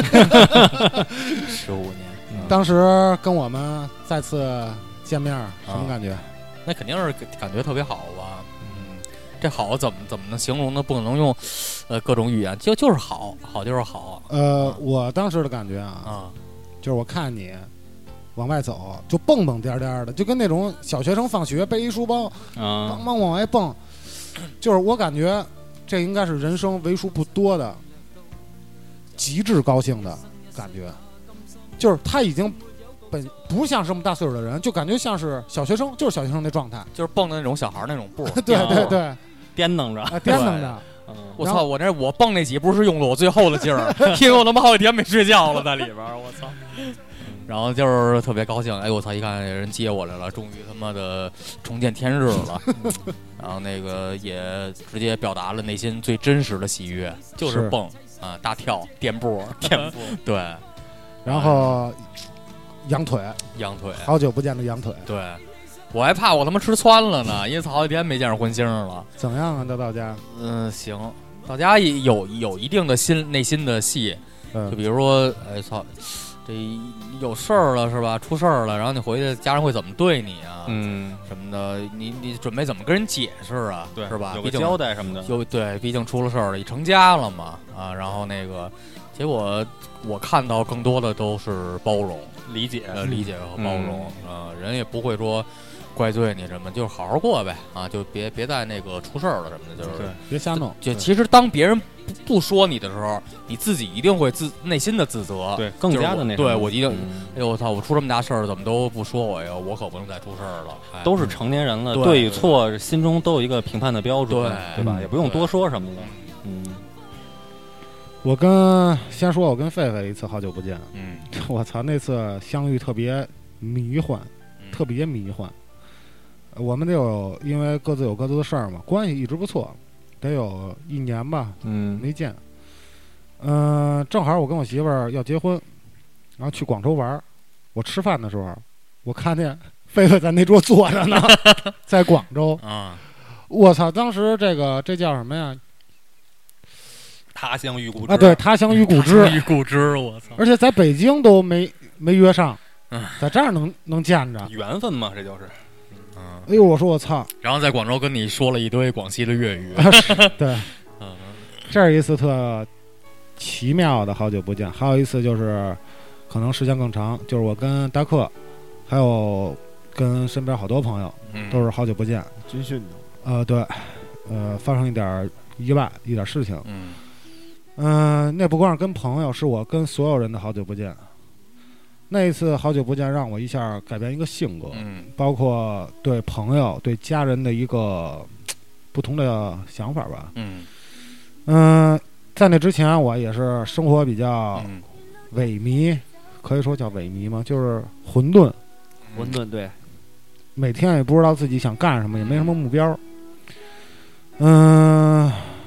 Speaker 3: 十五年、
Speaker 1: 嗯。当时跟我们再次见面，什么感觉？
Speaker 3: 啊、那肯定是感觉特别好吧。这好怎么怎么能形容呢？不可能用，呃，各种语言，就就是好，好就是好。
Speaker 1: 呃，
Speaker 3: 啊、
Speaker 1: 我当时的感觉啊，啊，就是我看你往外走，就蹦蹦颠颠的，就跟那种小学生放学背一书包，
Speaker 2: 啊，
Speaker 1: 帮忙往外蹦，就是我感觉这应该是人生为数不多的极致高兴的感觉，就是他已经本不像这么大岁数的人，就感觉像是小学生，就是小学生那状态，
Speaker 3: 就是蹦的那种小孩那种步，
Speaker 1: 对对对。
Speaker 2: 颠蹬着，
Speaker 1: 啊，颠蹬着。
Speaker 3: 嗯、我操！我那我蹦那几步是用了我最后的劲儿，因为我他妈好几天没睡觉了在里边儿，我操！然后就是特别高兴，哎，我操！一看有人接我来了，终于他妈的重见天日了。然后那个也直接表达了内心最真实的喜悦，就是蹦啊、大跳、颠步、
Speaker 2: 颠步，
Speaker 1: 对。然后扬腿，
Speaker 3: 扬腿，
Speaker 1: 好久不见的扬腿，
Speaker 3: 对。我还怕我他妈吃穿了呢，因为好几天没见着荤腥了。
Speaker 1: 怎么样啊？到到家？
Speaker 3: 嗯，行，到家有有一定的心内心的戏，
Speaker 1: 嗯、
Speaker 3: 就比如说，哎操，这有事儿了是吧？出事儿了，然后你回去，家人会怎么对你啊？
Speaker 2: 嗯，
Speaker 3: 什么的，你你准备怎么跟人解释啊？
Speaker 2: 对，
Speaker 3: 是吧？
Speaker 2: 有个交代什么的。
Speaker 3: 就对，毕竟出了事儿了，也成家了嘛，啊，然后那个，结果我看到更多的都是包容、
Speaker 2: 理解、
Speaker 3: 呃、理解和包容，啊、嗯呃，人也不会说。怪罪你什么，就是好好过呗啊，就别别再那个出事儿了什么的，就是
Speaker 1: 对，别瞎弄。
Speaker 3: 就其实当别人不不说你的时候，你自己一定会自内心的自责，
Speaker 2: 对，更加的那
Speaker 3: 对我一定，
Speaker 2: 嗯、
Speaker 3: 哎呦我操，我出这么大事儿，怎么都不说我呀？我可不能再出事儿了。哎、
Speaker 2: 都是成年人了，
Speaker 3: 对,
Speaker 2: 对与错心中都有一个评判的标准，
Speaker 3: 对
Speaker 2: 对吧？也不用多说什么了。嗯，
Speaker 1: 我跟先说，我跟狒狒一次好久不见，
Speaker 3: 嗯，
Speaker 1: 我操，那次相遇特别迷幻，
Speaker 3: 嗯、
Speaker 1: 特别迷幻。我们得有，因为各自有各自的事儿嘛，关系一直不错，得有一年吧，
Speaker 2: 嗯，
Speaker 1: 没见。嗯、呃，正好我跟我媳妇儿要结婚，然后去广州玩，我吃饭的时候，我看见狒狒在那桌坐着呢，在广州。
Speaker 3: 啊，
Speaker 1: 我操！当时这个这叫什么呀？
Speaker 3: 大
Speaker 2: 他乡遇故知
Speaker 1: 啊，对，他乡遇故知，
Speaker 3: 遇故知，我操！
Speaker 1: 而且在北京都没没约上
Speaker 3: 嗯，
Speaker 1: 在这儿能能见着。
Speaker 2: 缘分嘛，这就是。
Speaker 3: 嗯，
Speaker 1: 哎呦，我说我操，
Speaker 3: 然后在广州跟你说了一堆广西的粤语，
Speaker 1: 对，
Speaker 3: 嗯
Speaker 1: 这是一次特奇妙的好久不见。还有一次就是可能时间更长，就是我跟达克还有跟身边好多朋友
Speaker 3: 嗯，
Speaker 1: 都是好久不见。
Speaker 5: 军训的，
Speaker 1: 呃，对，呃，发生一点意外，一点事情。
Speaker 3: 嗯
Speaker 1: 嗯、呃，那不光是跟朋友，是我跟所有人的好久不见。那一次好久不见，让我一下改变一个性格，
Speaker 3: 嗯
Speaker 1: 包括对朋友、对家人的一个不同的想法吧。
Speaker 3: 嗯
Speaker 1: 嗯、在那之前，我也是生活比较
Speaker 3: 嗯
Speaker 1: 萎靡，可以说叫萎靡吗？就是混沌，
Speaker 5: 混沌对，
Speaker 1: 每天也不知道自己想干什么，也没什么目标。嗯、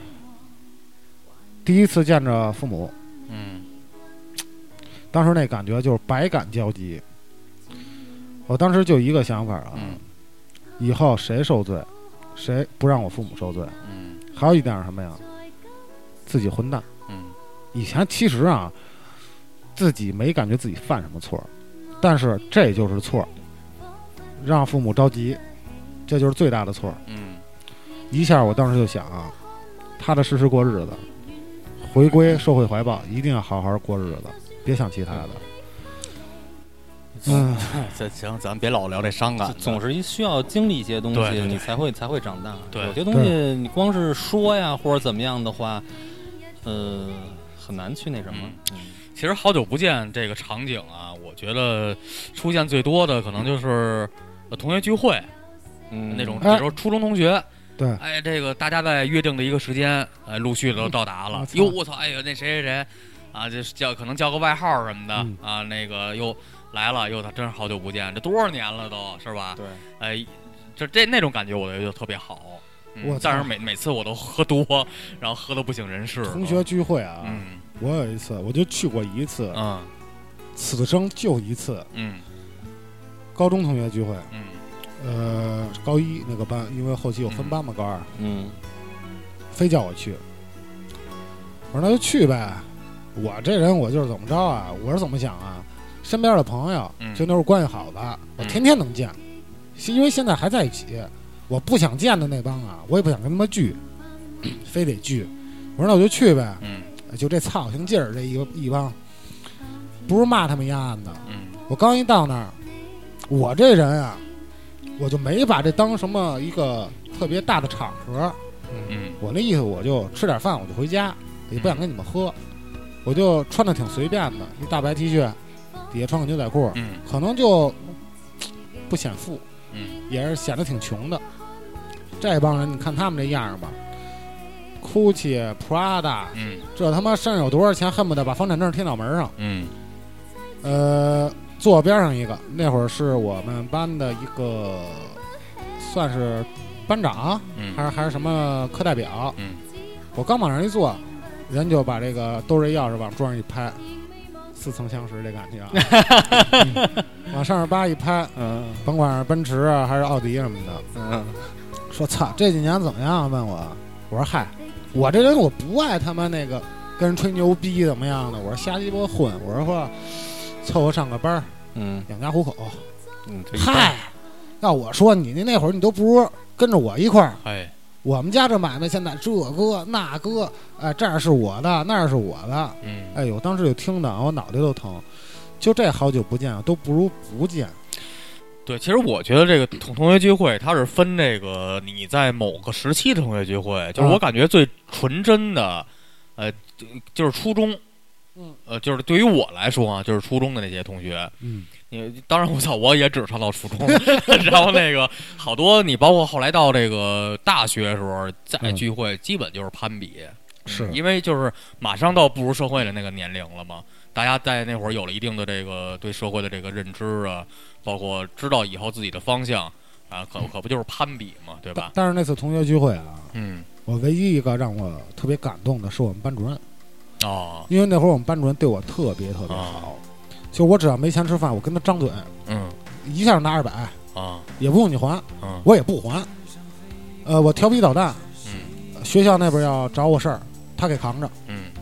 Speaker 1: 第一次见着父母，
Speaker 3: 嗯
Speaker 1: 当时那感觉就是百感交集。我当时就一个想法啊，
Speaker 3: 嗯
Speaker 1: 以后谁受罪，谁不让我父母受罪。
Speaker 3: 嗯
Speaker 1: 还有一点是什么呀？自己混蛋。
Speaker 3: 嗯
Speaker 1: 以前其实啊，自己没感觉自己犯什么错，但是这就是错，让父母着急，这就是最大的错。
Speaker 3: 嗯
Speaker 1: 一下我当时就想啊，踏踏实实过日子，回归社会怀抱，一定要好好过日子，别想其他的。嗯，
Speaker 3: 这行，咱别老聊这伤感的，
Speaker 2: 总是一需要经历一些东西，
Speaker 3: 对对对
Speaker 2: 你才会才会长大。
Speaker 3: 对
Speaker 2: 有些东西你光是说呀或者怎么样的话，呃，很难去那什么。嗯
Speaker 3: 其实好久不见这个场景啊，我觉得出现最多的可能就是呃同学聚会，
Speaker 2: 嗯，
Speaker 3: 那种，比
Speaker 1: 哎
Speaker 3: 如说初中同学，
Speaker 1: 对，
Speaker 3: 哎，这个大家在约定的一个时间，哎，陆续的都到达了
Speaker 1: 我。操
Speaker 3: 哟，我操，哎呦，那谁谁谁，啊，这叫可能叫个外号什么的、
Speaker 1: 嗯
Speaker 3: 啊，那个又来了，哟，他真是好久不见，这多少年了都是吧？
Speaker 2: 对，
Speaker 3: 哎，这这那种感觉，我觉得就特别好。嗯
Speaker 1: 我操
Speaker 3: 但是每每次我都喝多，然后喝的不省人事。
Speaker 1: 同学聚会啊，
Speaker 3: 嗯
Speaker 1: 我有一次我就去过一次，
Speaker 3: 嗯
Speaker 1: 此生就一次。
Speaker 3: 嗯
Speaker 1: 高中同学聚会，
Speaker 3: 嗯
Speaker 1: 呃，高一那个班，因为后期有分班嘛，高二
Speaker 2: 嗯
Speaker 1: 非叫我去，我说那就去呗。我这人我就是怎么着啊？我是怎么想啊？身边的朋友，
Speaker 3: 嗯
Speaker 1: 就那时候关系好的，我天天能见，是因为现在还在一起。我不想见的那帮啊，我也不想跟他们聚，非得聚。我说那我就去呗。
Speaker 3: 嗯
Speaker 1: 就这操性劲儿，这一一帮，不是骂他们丫的。
Speaker 3: 嗯
Speaker 1: 我刚一到那儿，我这人啊，我就没把这当什么一个特别大的场合。
Speaker 3: 嗯
Speaker 1: 我那意思，我就吃点饭，我就回家，也不想跟你们喝。我就穿的挺随便的，一大白 T 恤，底下穿个牛仔裤，
Speaker 3: 嗯
Speaker 1: 可能就不显富，
Speaker 3: 嗯
Speaker 1: 也是显得挺穷的。这帮人，你看他们这样吧，Gucci、Prada，
Speaker 3: 嗯
Speaker 1: 这他妈身上有多少钱，恨不得把房产证贴脑门上。
Speaker 3: 嗯
Speaker 1: 呃，坐我边上一个，那会儿是我们班的一个，算是班长，
Speaker 3: 嗯
Speaker 1: 还是还是什么课代表。
Speaker 3: 嗯
Speaker 1: 我刚往上一坐，人就把这个兜着钥匙往桌上一拍，似曾相识这感觉啊。嗯往上面叭一拍，
Speaker 2: 嗯
Speaker 1: 甭管是奔驰啊还是奥迪什么的，
Speaker 2: 嗯
Speaker 1: 说操这几年怎么样？问我，我说嗨，我这人我不爱他妈那个跟人吹牛逼怎么样的，我说瞎鸡巴混，我说说凑合上个班儿
Speaker 2: 嗯
Speaker 1: 养家糊口。
Speaker 2: 嗯，这一般
Speaker 1: 嗨，要我说你那那会儿你都不如跟着我一块儿。
Speaker 3: 哎
Speaker 1: 我们家这买卖现在这个那个，哎，这儿是我的，那儿是我的。
Speaker 3: 嗯
Speaker 1: 哎呦，当时就听的我脑袋都疼。就这好久不见啊，都不如不见。
Speaker 3: 对，其实我觉得这个同同学聚会，它是分这个你在某个时期的同学聚会，就是我感觉最纯真的，呃，就就是初中，
Speaker 1: 嗯，
Speaker 3: 呃，就是对于我来说啊，就是初中的那些同学，
Speaker 1: 嗯，
Speaker 3: 你当然我操，我也只上到初中，然后那个好多你包括后来到这个大学的时候再聚会，基本就是攀比，
Speaker 1: 是
Speaker 3: 因为就是马上到步入社会的那个年龄了嘛。大家在那会儿有了一定的这个对社会的这个认知啊，包括知道以后自己的方向啊，可可不就是攀比嘛，对吧？
Speaker 1: 但是那次同学聚会啊，
Speaker 3: 嗯，
Speaker 1: 我唯一一个让我特别感动的是我们班主任，
Speaker 3: 哦，
Speaker 1: 因为那会儿我们班主任对我特别特别好，就我只要没钱吃饭，我跟他张嘴，
Speaker 3: 嗯
Speaker 1: 一下拿二百，
Speaker 3: 啊，
Speaker 1: 也不用你还，
Speaker 3: 嗯
Speaker 1: 我也不还。呃，我调皮捣蛋，
Speaker 3: 嗯
Speaker 1: 学校那边要找我事儿，他给扛着。
Speaker 3: 嗯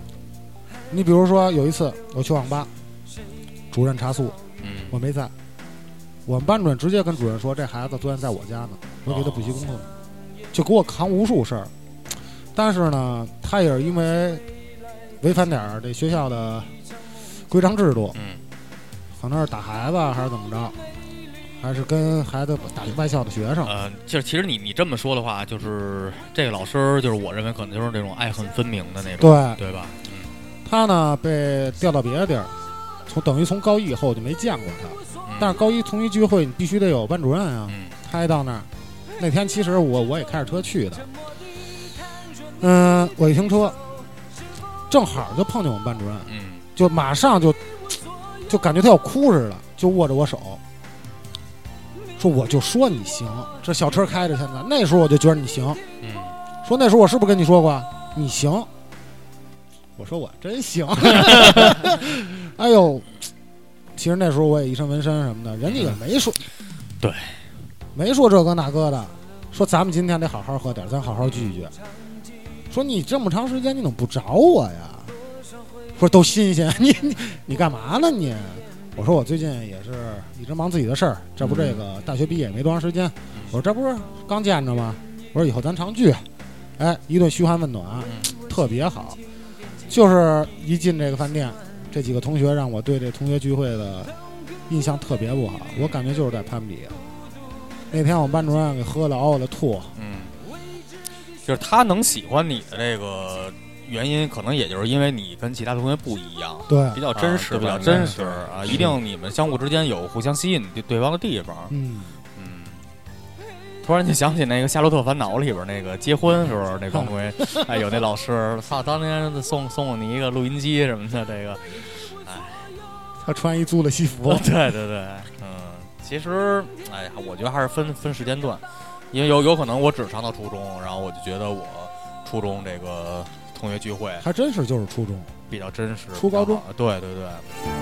Speaker 1: 你比如说有一次我去网吧，主任查宿，
Speaker 3: 嗯，
Speaker 1: 我没在，我们班主任直接跟主任说，这孩子昨天在我家呢，我给他补习功课，
Speaker 3: 哦、
Speaker 1: 就给我扛无数事儿。但是呢，他也是因为违反点儿这学校的规章制度，
Speaker 3: 嗯，
Speaker 1: 可能是打孩子还是怎么着，还是跟孩子打外校的学生。
Speaker 3: 呃，就是其实你你这么说的话，就是这个老师，就是我认为可能就是这种爱恨分明的那种，
Speaker 1: 对
Speaker 3: 对吧？嗯，
Speaker 1: 他呢被调到别的地儿，从等于从高一以后就没见过他。
Speaker 3: 嗯、
Speaker 1: 但是高一同学聚会你必须得有班主任啊，
Speaker 3: 嗯、
Speaker 1: 他一到那儿，那天其实我我也开着车去的，嗯，我一停车，正好就碰见我们班主任，
Speaker 3: 嗯，
Speaker 1: 就马上就就感觉他要哭似的，就握着我手，说我就说你行，这小车开着现在，那时候我就觉得你行，
Speaker 3: 嗯，
Speaker 1: 说那时候我是不是跟你说过你行？我说我真行，哎呦，其实那时候我也一身纹身什么的，人家也没说，
Speaker 3: 嗯、对，
Speaker 1: 没说这个那个的，说咱们今天得好好喝点，咱好好聚一聚。说你这么长时间你怎么不找我呀？说都新鲜，你你你干嘛呢你？我说我最近也是一直忙自己的事儿，这不这个大学毕业没多长时间，我说这不是刚见着吗？我说以后咱常聚，哎，一顿嘘寒问暖，特别好。就是一进这个饭店，这几个同学让我对这同学聚会的印象特别不好，我感觉就是在攀比。那天我们班主任给喝了嗷嗷的吐，
Speaker 3: 嗯，就是他能喜欢你的这个原因，可能也就是因为你跟其他同学不一样，
Speaker 1: 对，
Speaker 2: 比较真实，
Speaker 3: 啊、比较真实啊，一定你们相互之间有互相吸引对方的地方。
Speaker 1: 嗯
Speaker 3: 嗯，突然就想起那个《夏洛特烦恼》里边那个结婚时候那帮同学，哎，有那老师，操，当年送送了你一个录音机什么的，这个，哎，
Speaker 1: 他穿一租的西服，
Speaker 3: 对对对，嗯，其实，哎，我觉得还是分分时间段，因为有有可能我只上到初中，然后我就觉得我初中这个同学聚会
Speaker 1: 还真是就是初中
Speaker 3: 比较真实，
Speaker 1: 初高中，
Speaker 3: 对对对。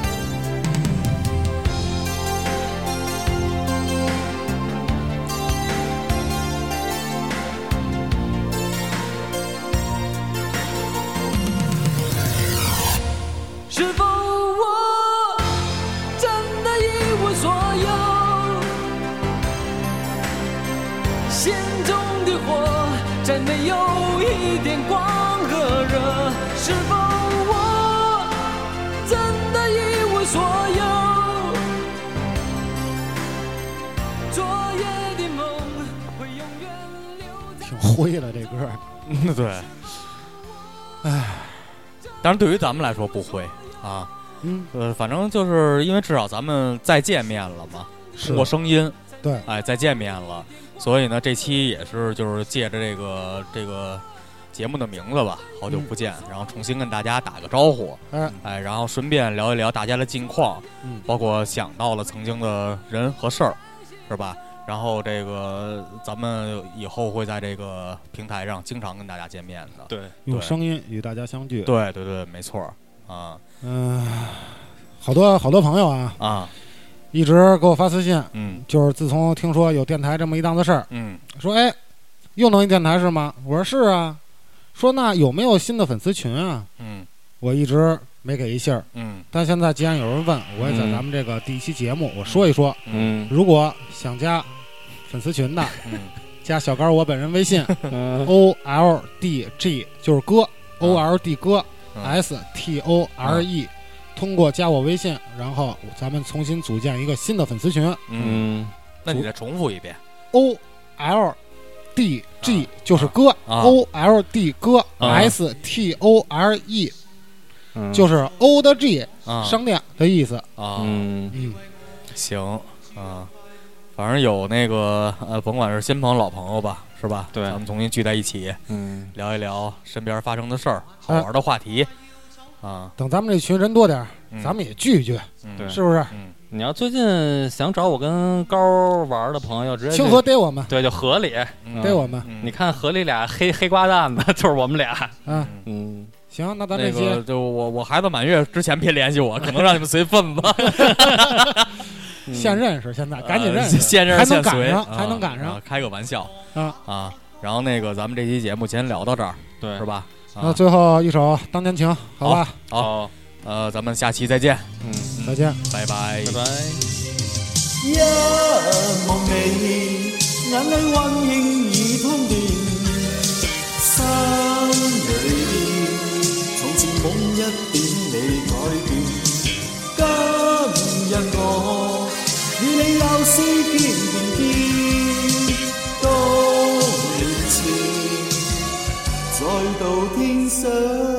Speaker 4: 是否我真的一无所有？心中的火再没有一点光和热。是否我真的一无所有？昨夜的梦会永远留在。
Speaker 1: 挺灰的这歌，
Speaker 3: 嗯，对。唉，当然对于咱们来说不会。啊，
Speaker 1: 嗯，
Speaker 3: 呃，反正就是因为至少咱们再见面了嘛，通过声音，
Speaker 1: 对，
Speaker 3: 哎，再见面了，所以呢，这期也是就是借着这个这个节目的名字吧，好久不见，嗯、然后重新跟大家打个招呼，
Speaker 1: 哎，
Speaker 3: 哎，然后顺便聊一聊大家的近况，
Speaker 1: 嗯，
Speaker 3: 包括想到了曾经的人和事儿，是吧？然后这个咱们以后会在这个平台上经常跟大家见面的，
Speaker 2: 对，
Speaker 1: 用声音与大家相聚，
Speaker 3: 对对对，没错啊。
Speaker 1: 嗯、呃，好多好多朋友啊
Speaker 3: 啊，
Speaker 1: 一直给我发私信，
Speaker 3: 嗯，
Speaker 1: 就是自从听说有电台这么一档子事儿，
Speaker 3: 嗯，
Speaker 1: 说哎，又弄一电台是吗？我说是啊，说那有没有新的粉丝群啊？
Speaker 3: 嗯，
Speaker 1: 我一直没给一信儿，
Speaker 3: 嗯，
Speaker 1: 但现在既然有人问，我也在咱们这个第一期节目、嗯、我说一说，
Speaker 2: 嗯，
Speaker 1: 如果想加粉丝群的，
Speaker 3: 嗯，
Speaker 1: 加小高我本人微信、嗯、O L D G 就是哥、嗯、O L D 哥。S T O R E，、嗯、通过加我微信，然后咱们重新组建一个新的粉丝群。
Speaker 3: 嗯，那你再重复一遍
Speaker 1: ，O L D G、啊、就是哥、啊、，O L D 哥、啊、，S T O R E、嗯、就是 O 的 G、啊、商店的意思
Speaker 3: 啊。
Speaker 2: 嗯
Speaker 3: 嗯，行啊，反正有那个呃，甭管是新朋友老朋友吧。是吧？
Speaker 2: 对，
Speaker 3: 咱们重新聚在一起，
Speaker 2: 嗯，
Speaker 3: 聊一聊身边发生的事儿，好玩的话题，啊，啊
Speaker 1: 等咱们这群人多点、
Speaker 3: 嗯，
Speaker 1: 咱们也聚一聚，
Speaker 2: 对、
Speaker 1: 嗯，是不是？
Speaker 2: 嗯，你要最近想找我跟高玩的朋友，直接
Speaker 1: 清河逮我们，
Speaker 2: 对，就河里
Speaker 1: 逮、嗯、我们、
Speaker 2: 嗯。你看河里俩黑黑瓜蛋子，就是我们俩。
Speaker 1: 嗯
Speaker 2: 嗯，
Speaker 1: 行，那咱这
Speaker 3: 期、那个、就我我孩子满月之前别联系我，可能让你们随份子。
Speaker 1: 嗯、现认识，现在赶紧认识，
Speaker 3: 呃、现认识
Speaker 1: 还能赶上，
Speaker 3: 啊、
Speaker 1: 还能赶上、
Speaker 3: 啊，开个玩笑
Speaker 1: 啊
Speaker 3: 啊！然后那个咱们这期节目先聊到这儿，
Speaker 2: 对，
Speaker 3: 是吧？
Speaker 1: 那最后一首《当年情》，好吧？
Speaker 3: 好，好呃，咱们下期再见。
Speaker 2: 嗯，
Speaker 1: 再见，
Speaker 3: 拜拜，
Speaker 2: 拜拜。
Speaker 6: 一望你，眼裏溫馨已通電，心裏從前夢一點未改變。今日我與你又是見面見，多年前再度天上。